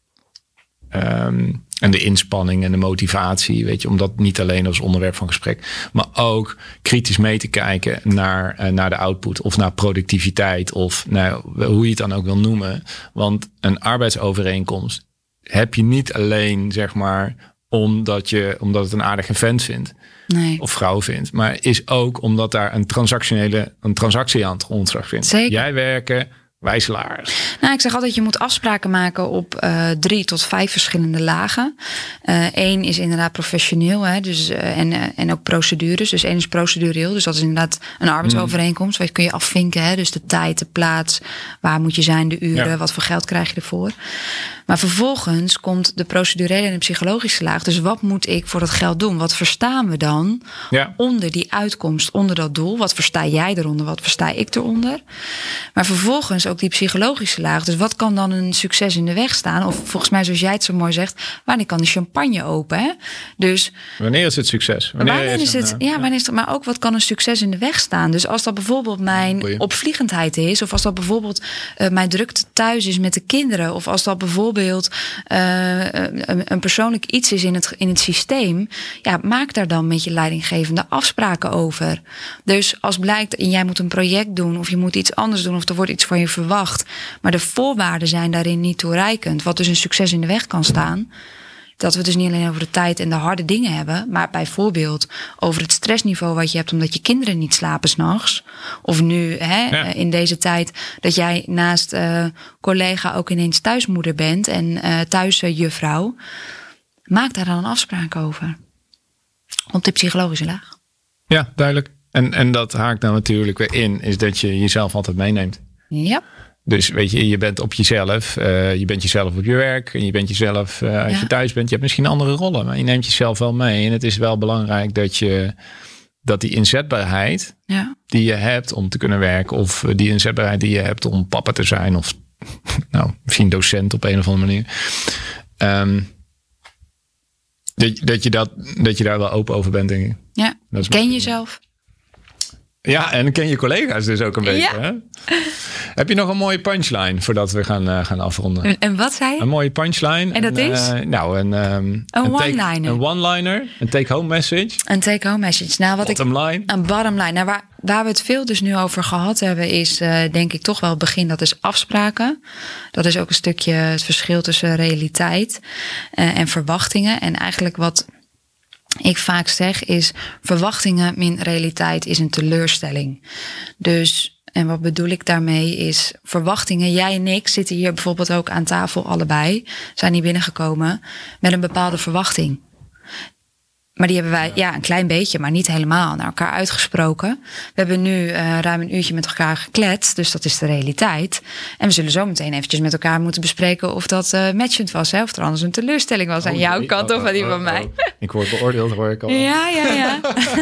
En de inspanning en de motivatie, weet je, om dat niet alleen als onderwerp van gesprek, maar ook kritisch mee te kijken naar de output of naar productiviteit of hoe je het dan ook wil noemen. Want een arbeidsovereenkomst heb je niet alleen, zeg maar, omdat het een aardige vent vindt. Nee. Of vrouw vindt. Maar is ook omdat daar een transactie aan het grondslag vindt. Zeker. Jij werken, wij salaris. Nou, ik zeg altijd, je moet afspraken maken op 3 tot 5 verschillende lagen. 1 is inderdaad professioneel, hè, dus, en ook procedures. Dus 1 is procedureel, dus dat is inderdaad een arbeidsovereenkomst. Wat kun je afvinken, hè, dus de tijd, de plaats, waar moet je zijn, de uren, wat voor geld krijg je ervoor. Maar vervolgens komt de procedurele en de psychologische laag. Dus wat moet ik voor dat geld doen? Wat verstaan we dan onder die uitkomst, onder dat doel? Wat versta jij eronder? Wat versta ik eronder? Maar vervolgens ook die psychologische laag. Dus wat kan dan een succes in de weg staan? Of volgens mij, zoals jij het zo mooi zegt, wanneer kan de champagne open? Hè? Dus wanneer is het succes? Wanneer is het? Maar ook wat kan een succes in de weg staan? Dus als dat bijvoorbeeld mijn opvliegendheid is, of als dat bijvoorbeeld mijn drukte thuis is met de kinderen, of als dat bijvoorbeeld een persoonlijk iets is in het systeem, maak daar dan met je leidinggevende afspraken over. Dus als blijkt, en jij moet een project doen, of je moet iets anders doen, of er wordt iets van je verwacht, maar de voorwaarden zijn daarin niet toereikend, wat dus een succes in de weg kan staan. Dat we dus niet alleen over de tijd en de harde dingen hebben, maar bijvoorbeeld over het stressniveau wat je hebt omdat je kinderen niet slapen 's nachts. Of nu in deze tijd dat jij naast collega ook ineens thuismoeder bent en thuisjuffrouw. Maak daar dan een afspraak over. Op de psychologische laag. Ja, duidelijk. En dat haakt dan natuurlijk weer in, is dat je jezelf altijd meeneemt. Ja. Dus weet je bent op jezelf. Je bent jezelf op je werk. En je bent jezelf als je thuis bent. Je hebt misschien andere rollen. Maar je neemt jezelf wel mee. En het is wel belangrijk dat die inzetbaarheid die je hebt om te kunnen werken. Of die inzetbaarheid die je hebt om papa te zijn. Of misschien docent op een of andere manier. Dat je daar wel open over bent, denk ik. Ja, ken jezelf. Ja, en ken je collega's dus ook een beetje. Hè? Heb je nog een mooie punchline voordat we gaan afronden? En wat zei je? Een mooie punchline. En dat is? Een one-liner. Een one-liner. Een take-home message. Een take-home message. Nou, bottom line. Een bottom line. Nou, waar we het veel dus nu over gehad hebben is denk ik toch wel het begin. Dat is afspraken. Dat is ook een stukje het verschil tussen realiteit en verwachtingen. En eigenlijk wat ik vaak zeg is verwachtingen min realiteit is een teleurstelling. Dus, en wat bedoel ik daarmee is verwachtingen. Jij en ik zitten hier bijvoorbeeld ook aan tafel allebei. Zijn hier binnengekomen met een bepaalde verwachting. Maar die hebben wij een klein beetje, maar niet helemaal naar elkaar uitgesproken. We hebben nu ruim een uurtje met elkaar gekletst, dus dat is de realiteit. En we zullen zo meteen eventjes met elkaar moeten bespreken of dat matchend was. Hè? Of er anders een teleurstelling was aan jouw kant of aan die van mij. Ik word beoordeeld, hoor ik al. Ja.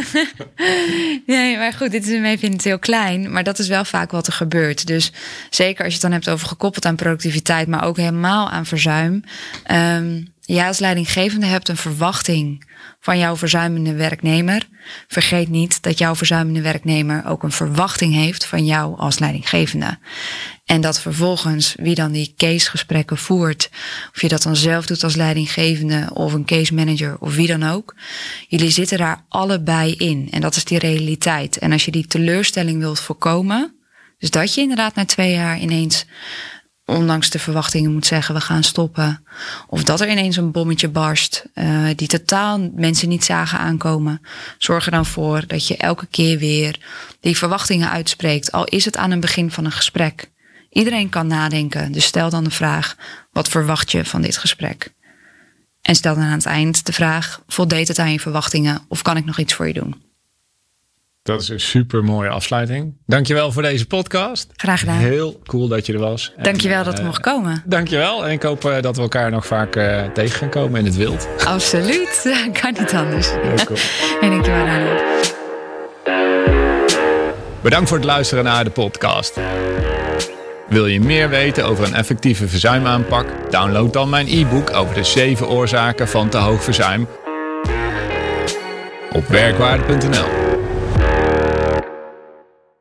Nee, maar goed, dit is een even heel klein. Maar dat is wel vaak wat er gebeurt. Dus zeker als je het dan hebt over gekoppeld aan productiviteit, maar ook helemaal aan verzuim. Ja, als leidinggevende hebt een verwachting van jouw verzuimende werknemer. Vergeet niet dat jouw verzuimende werknemer ook een verwachting heeft van jou als leidinggevende. En dat vervolgens wie dan die casegesprekken voert, of je dat dan zelf doet als leidinggevende of een case manager of wie dan ook. Jullie zitten daar allebei in en dat is die realiteit. En als je die teleurstelling wilt voorkomen, dus dat je inderdaad na 2 jaar ineens ondanks de verwachtingen moet zeggen we gaan stoppen. Of dat er ineens een bommetje barst die totaal mensen niet zagen aankomen. Zorg er dan voor dat je elke keer weer die verwachtingen uitspreekt. Al is het aan het begin van een gesprek. Iedereen kan nadenken. Dus stel dan de vraag, wat verwacht je van dit gesprek? En stel dan aan het eind de vraag, voldeed het aan je verwachtingen? Of kan ik nog iets voor je doen? Dat is een super mooie afsluiting. Dankjewel voor deze podcast. Graag gedaan. Heel cool dat je er was. Dankjewel dat we mocht komen. Dankjewel. En ik hoop dat we elkaar nog vaak tegen gaan komen in het wild. Absoluut. Kan niet anders. Heel cool. En dankjewel, Daniel. Bedankt voor het luisteren naar de podcast. Wil je meer weten over een effectieve verzuimaanpak? Download dan mijn e-book over de 7 oorzaken van te hoog verzuim op werkwaarde.nl.